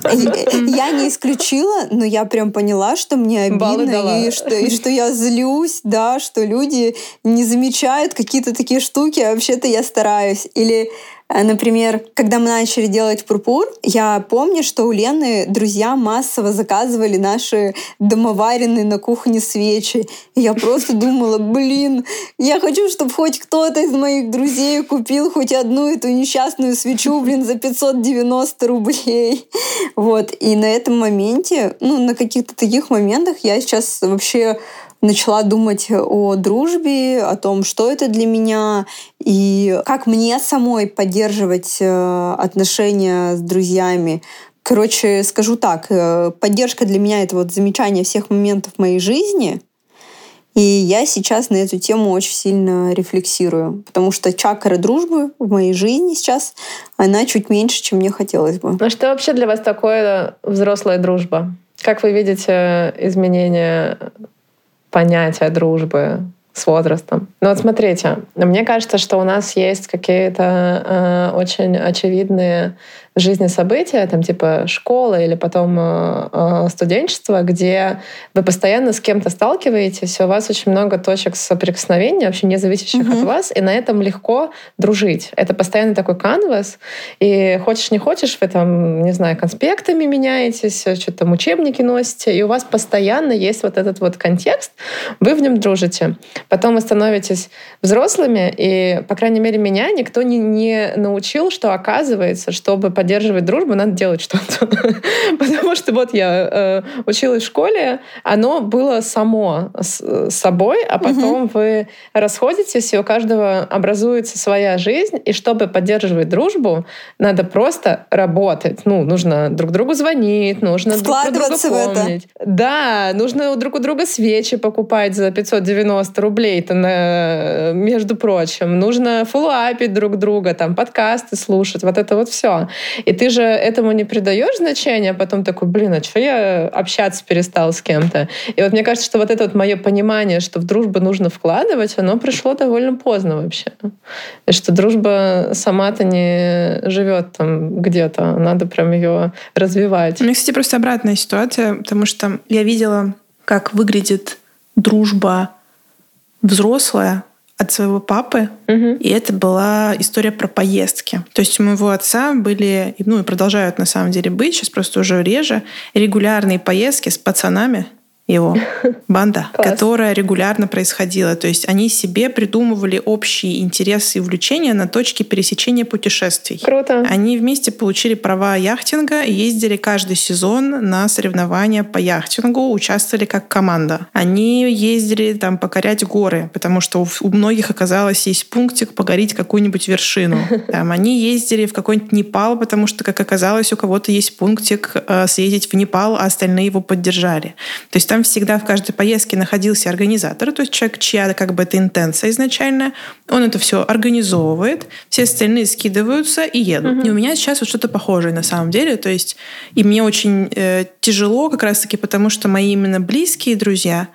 Я не исключила, но я прям поняла, что мне обидно, и что, и что я злюсь, да, что люди не замечают какие-то такие штуки, а вообще-то я стараюсь. Или, например, когда мы начали делать пурпур, я помню, что у Лены друзья массово заказывали наши домоваренные на кухне свечи. И я просто думала, блин, я хочу, чтобы хоть кто-то из моих друзей купил хоть одну эту несчастную свечу, блин, за пятьсот девяносто рублей. Вот. И на этом моменте, ну, на каких-то таких моментах я сейчас вообще начала думать о дружбе, о том, что это для меня, и как мне самой поддерживать отношения с друзьями. Короче, скажу так, поддержка для меня — это вот замечание всех моментов моей жизни, и я сейчас на эту тему очень сильно рефлексирую, потому что чакра дружбы в моей жизни сейчас, она чуть меньше, чем мне хотелось бы. А что вообще для вас такое взрослая дружба? Как вы видите изменения понятия дружбы с возрастом? Ну вот смотрите, мне кажется, что у нас есть какие-то э, очень очевидные в жизни события, там типа школа или потом э, студенчество, где вы постоянно с кем-то сталкиваетесь, у вас очень много точек соприкосновения, вообще не зависящих mm-hmm. от вас, и на этом легко дружить. Это постоянно такой канвас, и хочешь не хочешь, вы там, не знаю, конспектами меняетесь, что-то там учебники носите, и у вас постоянно есть вот этот вот контекст, вы в нем дружите. Потом вы становитесь взрослыми, и, по крайней мере, меня никто не, не научил, что оказывается, чтобы поддерживать дружбу, надо делать что-то. Потому что вот я э, училась в школе, оно было само с собой, а потом угу. вы расходитесь, и у каждого образуется своя жизнь, и чтобы поддерживать дружбу, надо просто работать. Ну, нужно друг другу звонить, нужно друг про друга помнить. Да, нужно друг у друга свечи покупать за пятьсот девяносто рублей-то, на, между прочим. Нужно фоллоуапить друг друга, там, подкасты слушать, вот это вот все. И ты же этому не придаешь значения, а потом такой, блин, а что я общаться перестал с кем-то? И вот мне кажется, что вот это вот мое понимание, что в дружбу нужно вкладывать, оно пришло довольно поздно вообще. И что дружба сама-то не живет там где-то, надо прям ее развивать. У меня, кстати, просто обратная ситуация, потому что я видела, как выглядит дружба взрослая от своего папы, угу. и это была история про поездки. То есть у моего отца были, ну и продолжают на самом деле быть, сейчас просто уже реже, регулярные поездки с пацанами его, банда, которая регулярно происходила. То есть они себе придумывали общие интересы и увлечения на точке пересечения путешествий. Круто. Они вместе получили права яхтинга и ездили каждый сезон на соревнования по яхтингу, участвовали как команда. Они ездили там покорять горы, потому что у, у многих оказалось есть пунктик покорить какую-нибудь вершину. Там, они ездили в какой-нибудь Непал, потому что, как оказалось, у кого-то есть пунктик э, съездить в Непал, а остальные его поддержали. То есть там всегда в каждой поездке находился организатор, то есть человек, чья как бы это интенция изначально, он это все организовывает, все остальные скидываются и едут. Uh-huh. И у меня сейчас вот что-то похожее на самом деле, то есть и мне очень э, тяжело как раз-таки, потому что мои именно близкие друзья,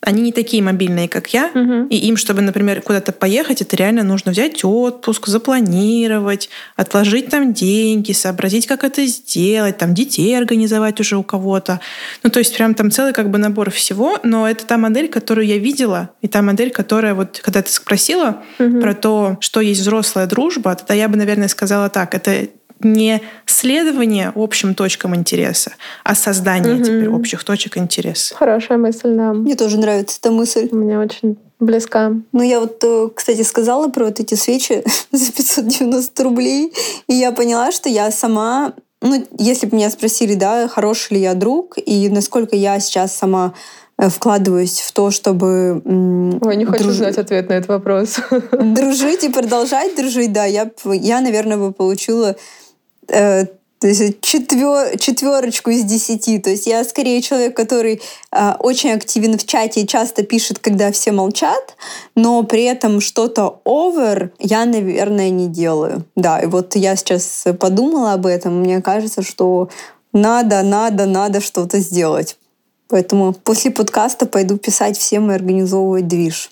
они не такие мобильные, как я, угу. и им, чтобы, например, куда-то поехать, это реально нужно взять отпуск, запланировать, отложить там деньги, сообразить, как это сделать, там детей организовать уже у кого-то. Ну, то есть прям там целый как бы набор всего, но это та модель, которую я видела, и та модель, которая вот, когда ты спросила угу. про то, что есть взрослая дружба, тогда я бы, наверное, сказала так, это не следование общим точкам интереса, а создание угу. теперь общих точек интереса. Хорошая мысль, да. Мне тоже нравится эта мысль. Мне очень близка. Ну, я вот, кстати, сказала про вот эти свечи за пятьсот девяносто рублей, и я поняла, что я сама... Ну, если бы меня спросили, да, хороший ли я друг, и насколько я сейчас сама вкладываюсь в то, чтобы... Ой, не хочу друж... знать ответ на этот вопрос. Дружить и продолжать дружить, да, я, я наверное, бы получила... Э, то есть четвер, четверочку из десяти. То есть я скорее человек, который э, очень активен в чате и часто пишет, когда все молчат, но при этом что-то over я, наверное, не делаю. Да, и вот я сейчас подумала об этом, мне кажется, что надо, надо, надо что-то сделать. Поэтому после подкаста пойду писать всем и организовывать движ.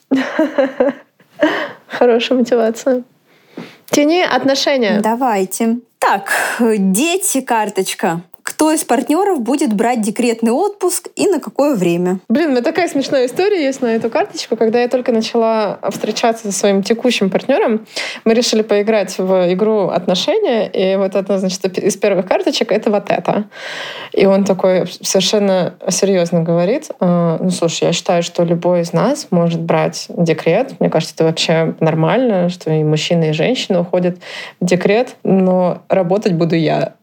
Хорошая мотивация. Тяни отношения. Давайте. Так, дети, карточка. Кто из партнеров будет брать декретный отпуск и на какое время? Блин, у меня такая смешная история есть на эту карточку. Когда я только начала встречаться со своим текущим партнером, мы решили поиграть в игру отношения, и вот одна, значит, из первых карточек — это вот это. И он такой совершенно серьезно говорит: ну, слушай, я считаю, что любой из нас может брать декрет. Мне кажется, это вообще нормально, что и мужчина, и женщина уходят в декрет, но работать буду я.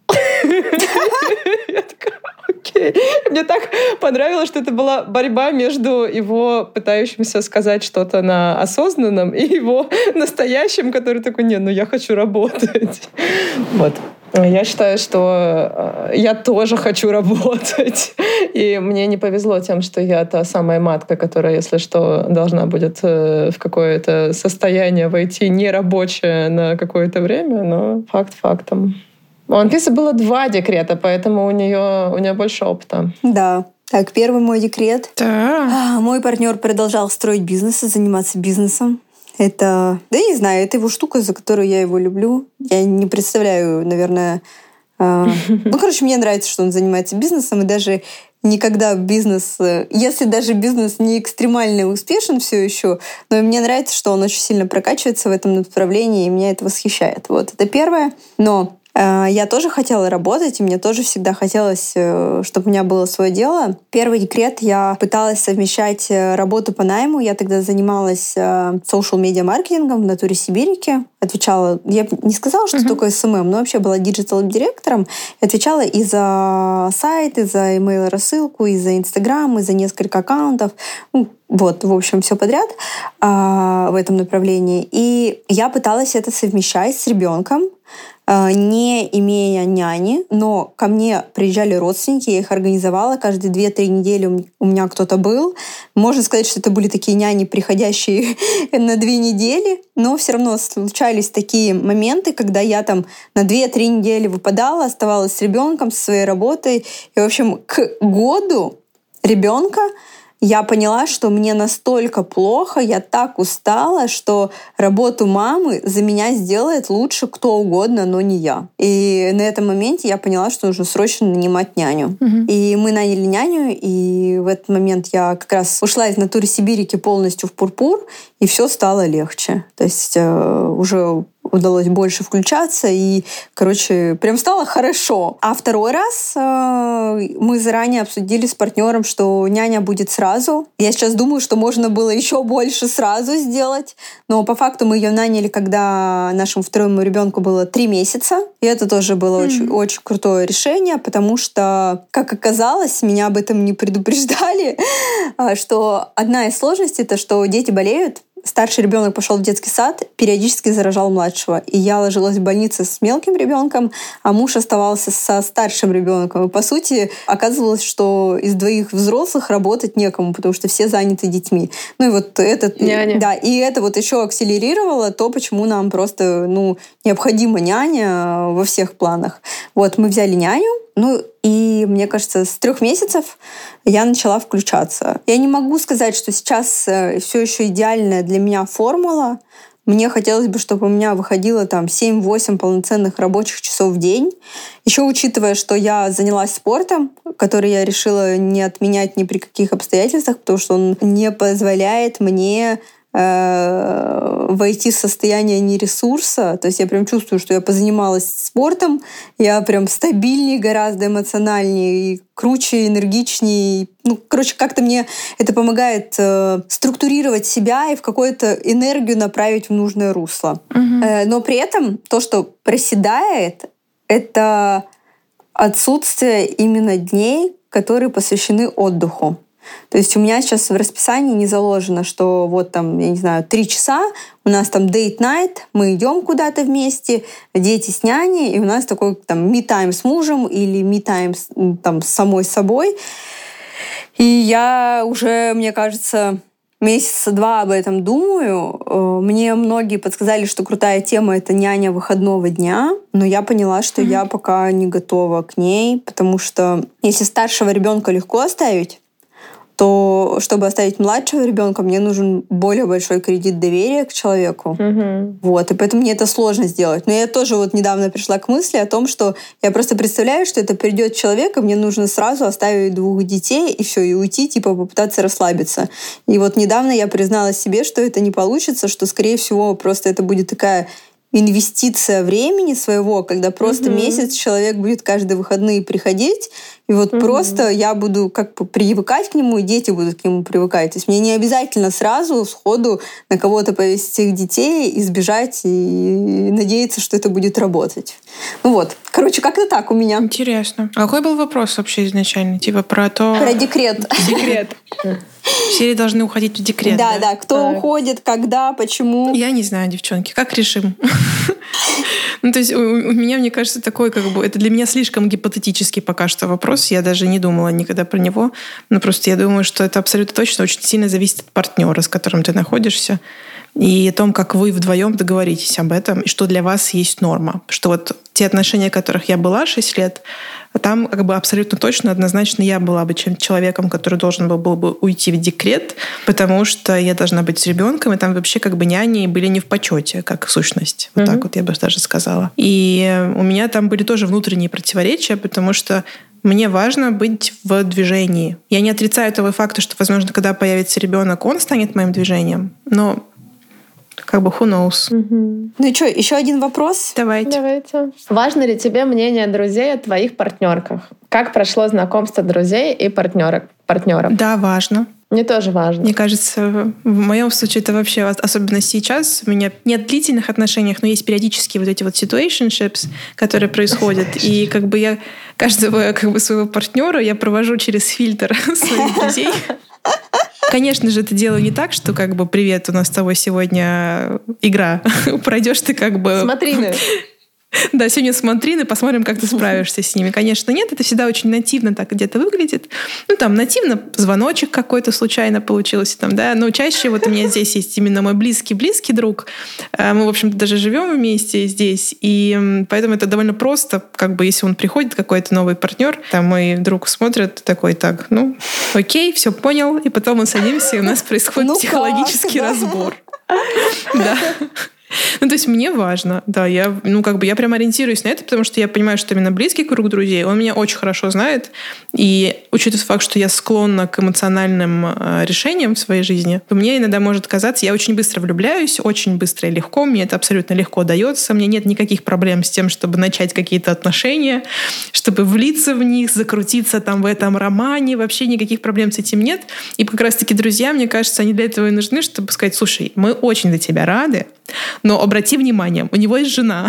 Я такая, окей. Мне так понравилось, что это была борьба между его пытающимся сказать что-то на осознанном и его настоящим, который такой: не, ну я хочу работать. Вот. Я считаю, что я тоже хочу работать. И мне не повезло тем, что я та самая матка, которая, если что, должна будет в какое-то состояние войти нерабочее на какое-то время, но факт фактом. У Анфисы было два декрета, поэтому у нее, у нее больше опыта. Да. Так, первый мой декрет. Да. А, мой партнер продолжал строить бизнес и заниматься бизнесом. Это, да я не знаю, это его штука, за которую я его люблю. Я не представляю, наверное... Э, ну, короче, мне нравится, что он занимается бизнесом, и даже никогда бизнес... Если даже бизнес не экстремально успешен все еще, но мне нравится, что он очень сильно прокачивается в этом направлении, и меня это восхищает. Вот, это первое. Но я тоже хотела работать, и мне тоже всегда хотелось, чтобы у меня было свое дело. Первый декрет я пыталась совмещать работу по найму. Я тогда занималась соушал-медиа-маркетингом в Натуре Сибирики. Отвечала, я не сказала, что uh-huh. такое эс эм эм, но вообще была диджитал-директором. Отвечала и за сайт, и за email-рассылку, и за Инстаграм, и за несколько аккаунтов. Ну, вот, в общем, все подряд а, в этом направлении. И я пыталась это совмещать с ребенком, не имея няни, но ко мне приезжали родственники, я их организовала, каждые две-три недели у меня кто-то был. Можно сказать, что это были такие няни, приходящие на две недели, но все равно случались такие моменты, когда я там на две-три недели выпадала, оставалась с ребенком, со своей работой. И, в общем, к году ребенка я поняла, что мне настолько плохо, я так устала, что работу мамы за меня сделает лучше кто угодно, но не я. И на этом моменте я поняла, что нужно срочно нанимать няню. Угу. И мы наняли няню, и в этот момент я как раз ушла из Натуры Сибирики полностью в Пурпур, и все стало легче. То есть э, уже удалось больше включаться, и, короче, прям стало хорошо. А второй раз э, мы заранее обсудили с партнером, что няня будет сразу. Я сейчас думаю, что можно было еще больше сразу сделать, но по факту мы ее наняли, когда нашему второму ребенку было три месяца, и это тоже было mm-hmm. очень, очень крутое решение, потому что, как оказалось, меня об этом не предупреждали, что одна из сложностей — это что дети болеют. Старший ребенок пошел в детский сад, периодически заражал младшего. И я ложилась в больнице с мелким ребенком, а муж оставался со старшим ребенком. И, по сути, оказывалось, что из двоих взрослых работать некому, потому что все заняты детьми. Ну и вот это... Няня. Да, и это вот еще акселерировало то, почему нам просто ну, необходима няня во всех планах. Вот, мы взяли няню. Ну, и, мне кажется, с трех месяцев я начала включаться. Я не могу сказать, что сейчас все еще идеальная для меня формула. Мне хотелось бы, чтобы у меня выходило там семь-восемь полноценных рабочих часов в день. Еще учитывая, что я занялась спортом, который я решила не отменять ни при каких обстоятельствах, потому что он не позволяет мне э, войти в состояние нересурса. То есть я прям чувствую, что я позанималась спортом, я прям стабильнее гораздо эмоциональнее, и круче, энергичнее. Ну, короче, как-то мне это помогает э, структурировать себя и в какую-то энергию направить в нужное русло. Угу. Э, но при этом то, что проседает, это отсутствие именно дней, которые посвящены отдыху. То есть у меня сейчас в расписании не заложено, что вот там, я не знаю, три часа, у нас там date night, мы идем куда-то вместе, дети с няней, и у нас такой там me-time с мужем или me-time там с самой собой. И я уже, мне кажется, месяца два об этом думаю. Мне многие подсказали, что крутая тема — это няня выходного дня, но я поняла, что mm-hmm. я пока не готова к ней, потому что если старшего ребенка легко оставить, то чтобы оставить младшего ребенка, мне нужен более большой кредит доверия к человеку. Mm-hmm. Вот, и поэтому мне это сложно сделать. Но я тоже вот недавно пришла к мысли о том, что я просто представляю, что это придет человек, и мне нужно сразу оставить двух детей, и все, и уйти, типа попытаться расслабиться. И вот недавно я призналась себе, что это не получится, что, скорее всего, просто это будет такая инвестиция времени своего, когда просто mm-hmm. месяц человек будет каждые выходные приходить, и вот mm-hmm. просто я буду как бы привыкать к нему, и дети будут к нему привыкать. То есть мне не обязательно сразу сходу на кого-то повесить их детей, избежать и надеяться, что это будет работать. Ну вот. Короче, как-то так у меня. Интересно. А какой был вопрос вообще изначально? Типа про то... Про декрет. Декрет. Все должны уходить в декрет. Да, да. да. Кто так. уходит, когда, почему? Я не знаю, девчонки. Как решим? Ну, то есть у, у меня, мне кажется, такой, как бы, это для меня слишком гипотетический пока что вопрос. Я даже не думала никогда про него. Но просто я думаю, что это абсолютно точно очень сильно зависит от партнера, с которым ты находишься, и о том, как вы вдвоем договоритесь об этом, и что для вас есть норма. Что вот те отношения, в которых я была шесть лет, там как бы абсолютно точно, однозначно я была бы чем человеком, который должен был, был бы уйти в декрет, потому что я должна быть с ребенком, и там вообще как бы няни были не в почете, как сущность. Вот mm-hmm. так вот я бы даже сказала. И у меня там были тоже внутренние противоречия, потому что мне важно быть в движении. Я не отрицаю того факта, что, возможно, когда появится ребенок, он станет моим движением, но как бы who knows. Угу. Ну и что, еще один вопрос? Давайте. Давайте. Важно ли тебе мнение друзей о твоих партнерках? Как прошло знакомство друзей и партнерок, партнеров? Да, важно. Мне тоже важно. Мне кажется, в моем случае это вообще, особенно сейчас, у меня нет длительных отношений, но есть периодические вот эти вот situationships, которые происходят. И как бы я каждого как бы своего партнера я провожу через фильтр своих друзей. Конечно же, это делаю не так, что как бы привет, у нас с тобой сегодня игра. Пройдешь ты как бы... Смотрины. Да, сегодня смотрины, посмотрим, как ты справишься с ними. Конечно, нет, это всегда очень нативно так где-то выглядит. Ну, там, нативно звоночек какой-то случайно получился, там, да, но чаще вот у меня здесь есть именно мой близкий-близкий друг. Мы, в общем-то, даже живем вместе здесь, и поэтому это довольно просто, как бы, если он приходит, какой-то новый партнер, там мой друг смотрит такой, так, ну, окей, все понял, и потом мы садимся, и у нас происходит ну психологический как, разбор. Да. Ну, то есть мне важно, да, я, ну, как бы я прям ориентируюсь на это, потому что я понимаю, что именно близкий круг друзей, он меня очень хорошо знает, и учитывая факт, что я склонна к эмоциональным э, решениям в своей жизни, то мне иногда может казаться, я очень быстро влюбляюсь, очень быстро и легко, мне это абсолютно легко дается, мне нет никаких проблем с тем, чтобы начать какие-то отношения, чтобы влиться в них, закрутиться там в этом романе, вообще никаких проблем с этим нет, и как раз-таки друзья, мне кажется, они для этого и нужны, чтобы сказать, слушай, мы очень за тебя рады, но обрати внимание, у него есть жена.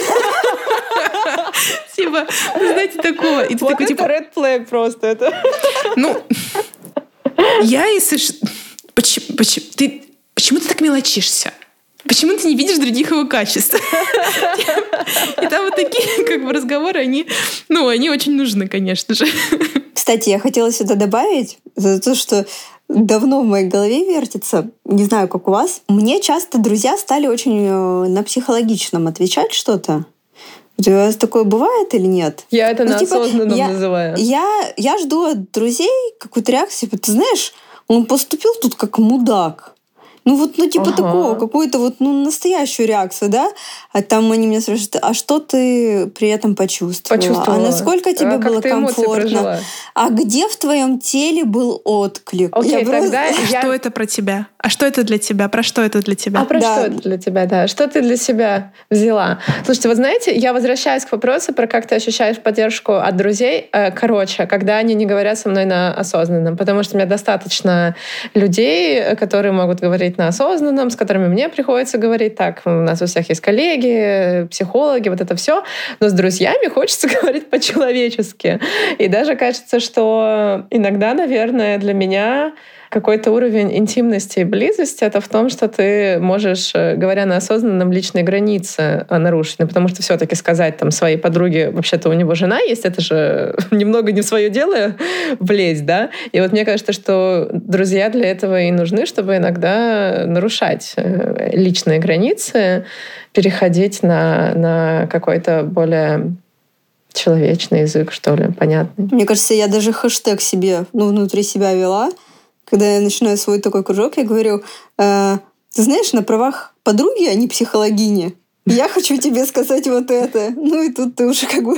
Типа, вы знаете, такого. И ты вот такой, это типа... red flag просто. Это. Ну, я и Саш... Почему, почему, ты, почему ты так мелочишься? Почему ты не видишь других его качеств? И там вот такие как бы разговоры, они, ну, они очень нужны, конечно же. Кстати, я хотела сюда добавить за то, что давно в моей голове вертится, не знаю, как у вас. Мне часто друзья стали очень на психологичном отвечать что-то. У тебя такое бывает или нет? Я это ну, на типа, осознанном я, называю. Я, я жду от друзей какую-то реакцию. Ты знаешь, он поступил тут как мудак. Ну вот, ну типа ага. такого, какую-то вот ну, настоящую реакцию, да? А там они меня спрашивают, а что ты при этом почувствовала? Почувствовала. А насколько тебе а было комфортно? А где в твоем теле был отклик? Окей, я тогда просто... я... А что это про тебя? А что это для тебя? Про что это для тебя? А про да. что это для тебя, да? Что ты для себя взяла? Слушайте, вот знаете, я возвращаюсь к вопросу про как ты ощущаешь поддержку от друзей. Короче, когда они не говорят со мной на осознанном, потому что у меня достаточно людей, которые могут говорить на осознанном, с которыми мне приходится говорить. Так, у нас у всех есть коллеги, психологи, вот это все. Но с друзьями хочется говорить по-человечески. И даже кажется, что иногда, наверное, для меня какой-то уровень интимности и близости — это в том, что ты можешь, говоря на осознанном, личные границы нарушить. Ну, потому что все-таки сказать там своей подруге, вообще-то у него жена есть, это же немного не в свое дело влезть, да? И вот мне кажется, что друзья для этого и нужны, чтобы иногда нарушать личные границы, переходить на, на какой-то более человечный язык, что ли, понятный. Мне кажется, я даже хэштег себе, ну, внутри себя вела. Когда я начинаю свой такой кружок, я говорю, э, ты знаешь, на правах подруги, а не психологини, я хочу тебе сказать вот это. Ну и тут ты уже как бы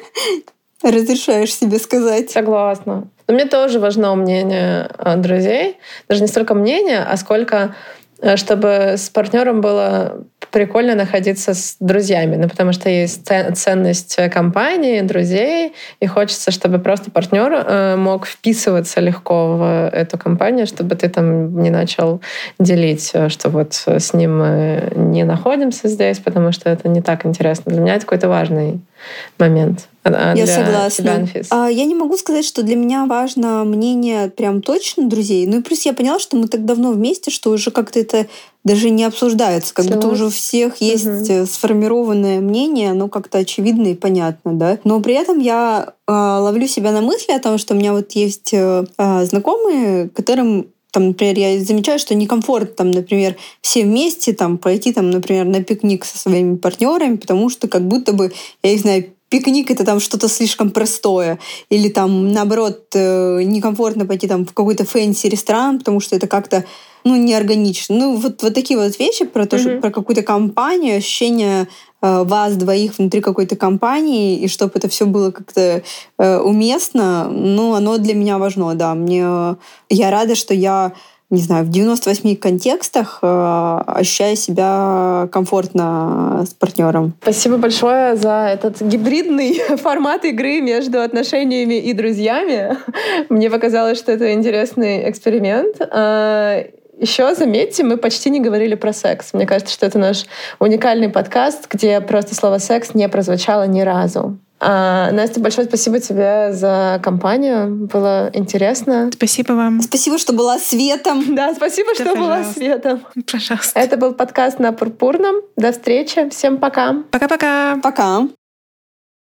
разрешаешь себе сказать. Согласна. Но мне тоже важно мнение друзей. Даже не столько мнение, а сколько чтобы с партнером было прикольно находиться с друзьями, ну, потому что есть ценность компании, друзей, и хочется, чтобы просто партнер мог вписываться легко в эту компанию, чтобы ты там не начал делить, что вот с ним мы не находимся здесь, потому что это не так интересно. Для меня это какой-то важный момент. А я согласна. А, я не могу сказать, что для меня важно мнение прям точно друзей. Ну и плюс я поняла, что мы так давно вместе, что уже как-то это даже не обсуждается. Как будто уже у всех есть угу. сформированное мнение, оно как-то очевидно и понятно, да. Но при этом я э, ловлю себя на мысли о том, что у меня вот есть э, знакомые, которым там, например, я замечаю, что некомфортно, там, например, все вместе там, пойти, там, например, на пикник со своими партнерами, потому что как будто бы, я не знаю, пикник — это там что-то слишком простое. Или там, наоборот, некомфортно пойти там, в какой-то фэнси ресторан, потому что это как-то ну, неорганично. Ну, вот, вот такие вот вещи про то, mm-hmm. что, про какую-то компанию, ощущение э, вас двоих внутри какой-то компании, и чтобы это все было как-то э, уместно, ну, оно для меня важно, да. Мне, я рада, что я не знаю, в девяноста восьми контекстах э, ощущаю себя комфортно с партнером. Спасибо большое за этот гибридный формат игры между отношениями и друзьями. Мне показалось, что это интересный эксперимент. Еще, заметьте, мы почти не говорили про секс. Мне кажется, что это наш уникальный подкаст, где просто слово «секс» не прозвучало ни разу. А, Настя, большое спасибо тебе за компанию. Было интересно. Спасибо вам. Спасибо, что была светом. Да, спасибо, да, что пожалуйста. была светом. Пожалуйста. Это был подкаст «На Пурпурном». До встречи. Всем пока. Пока-пока. Пока.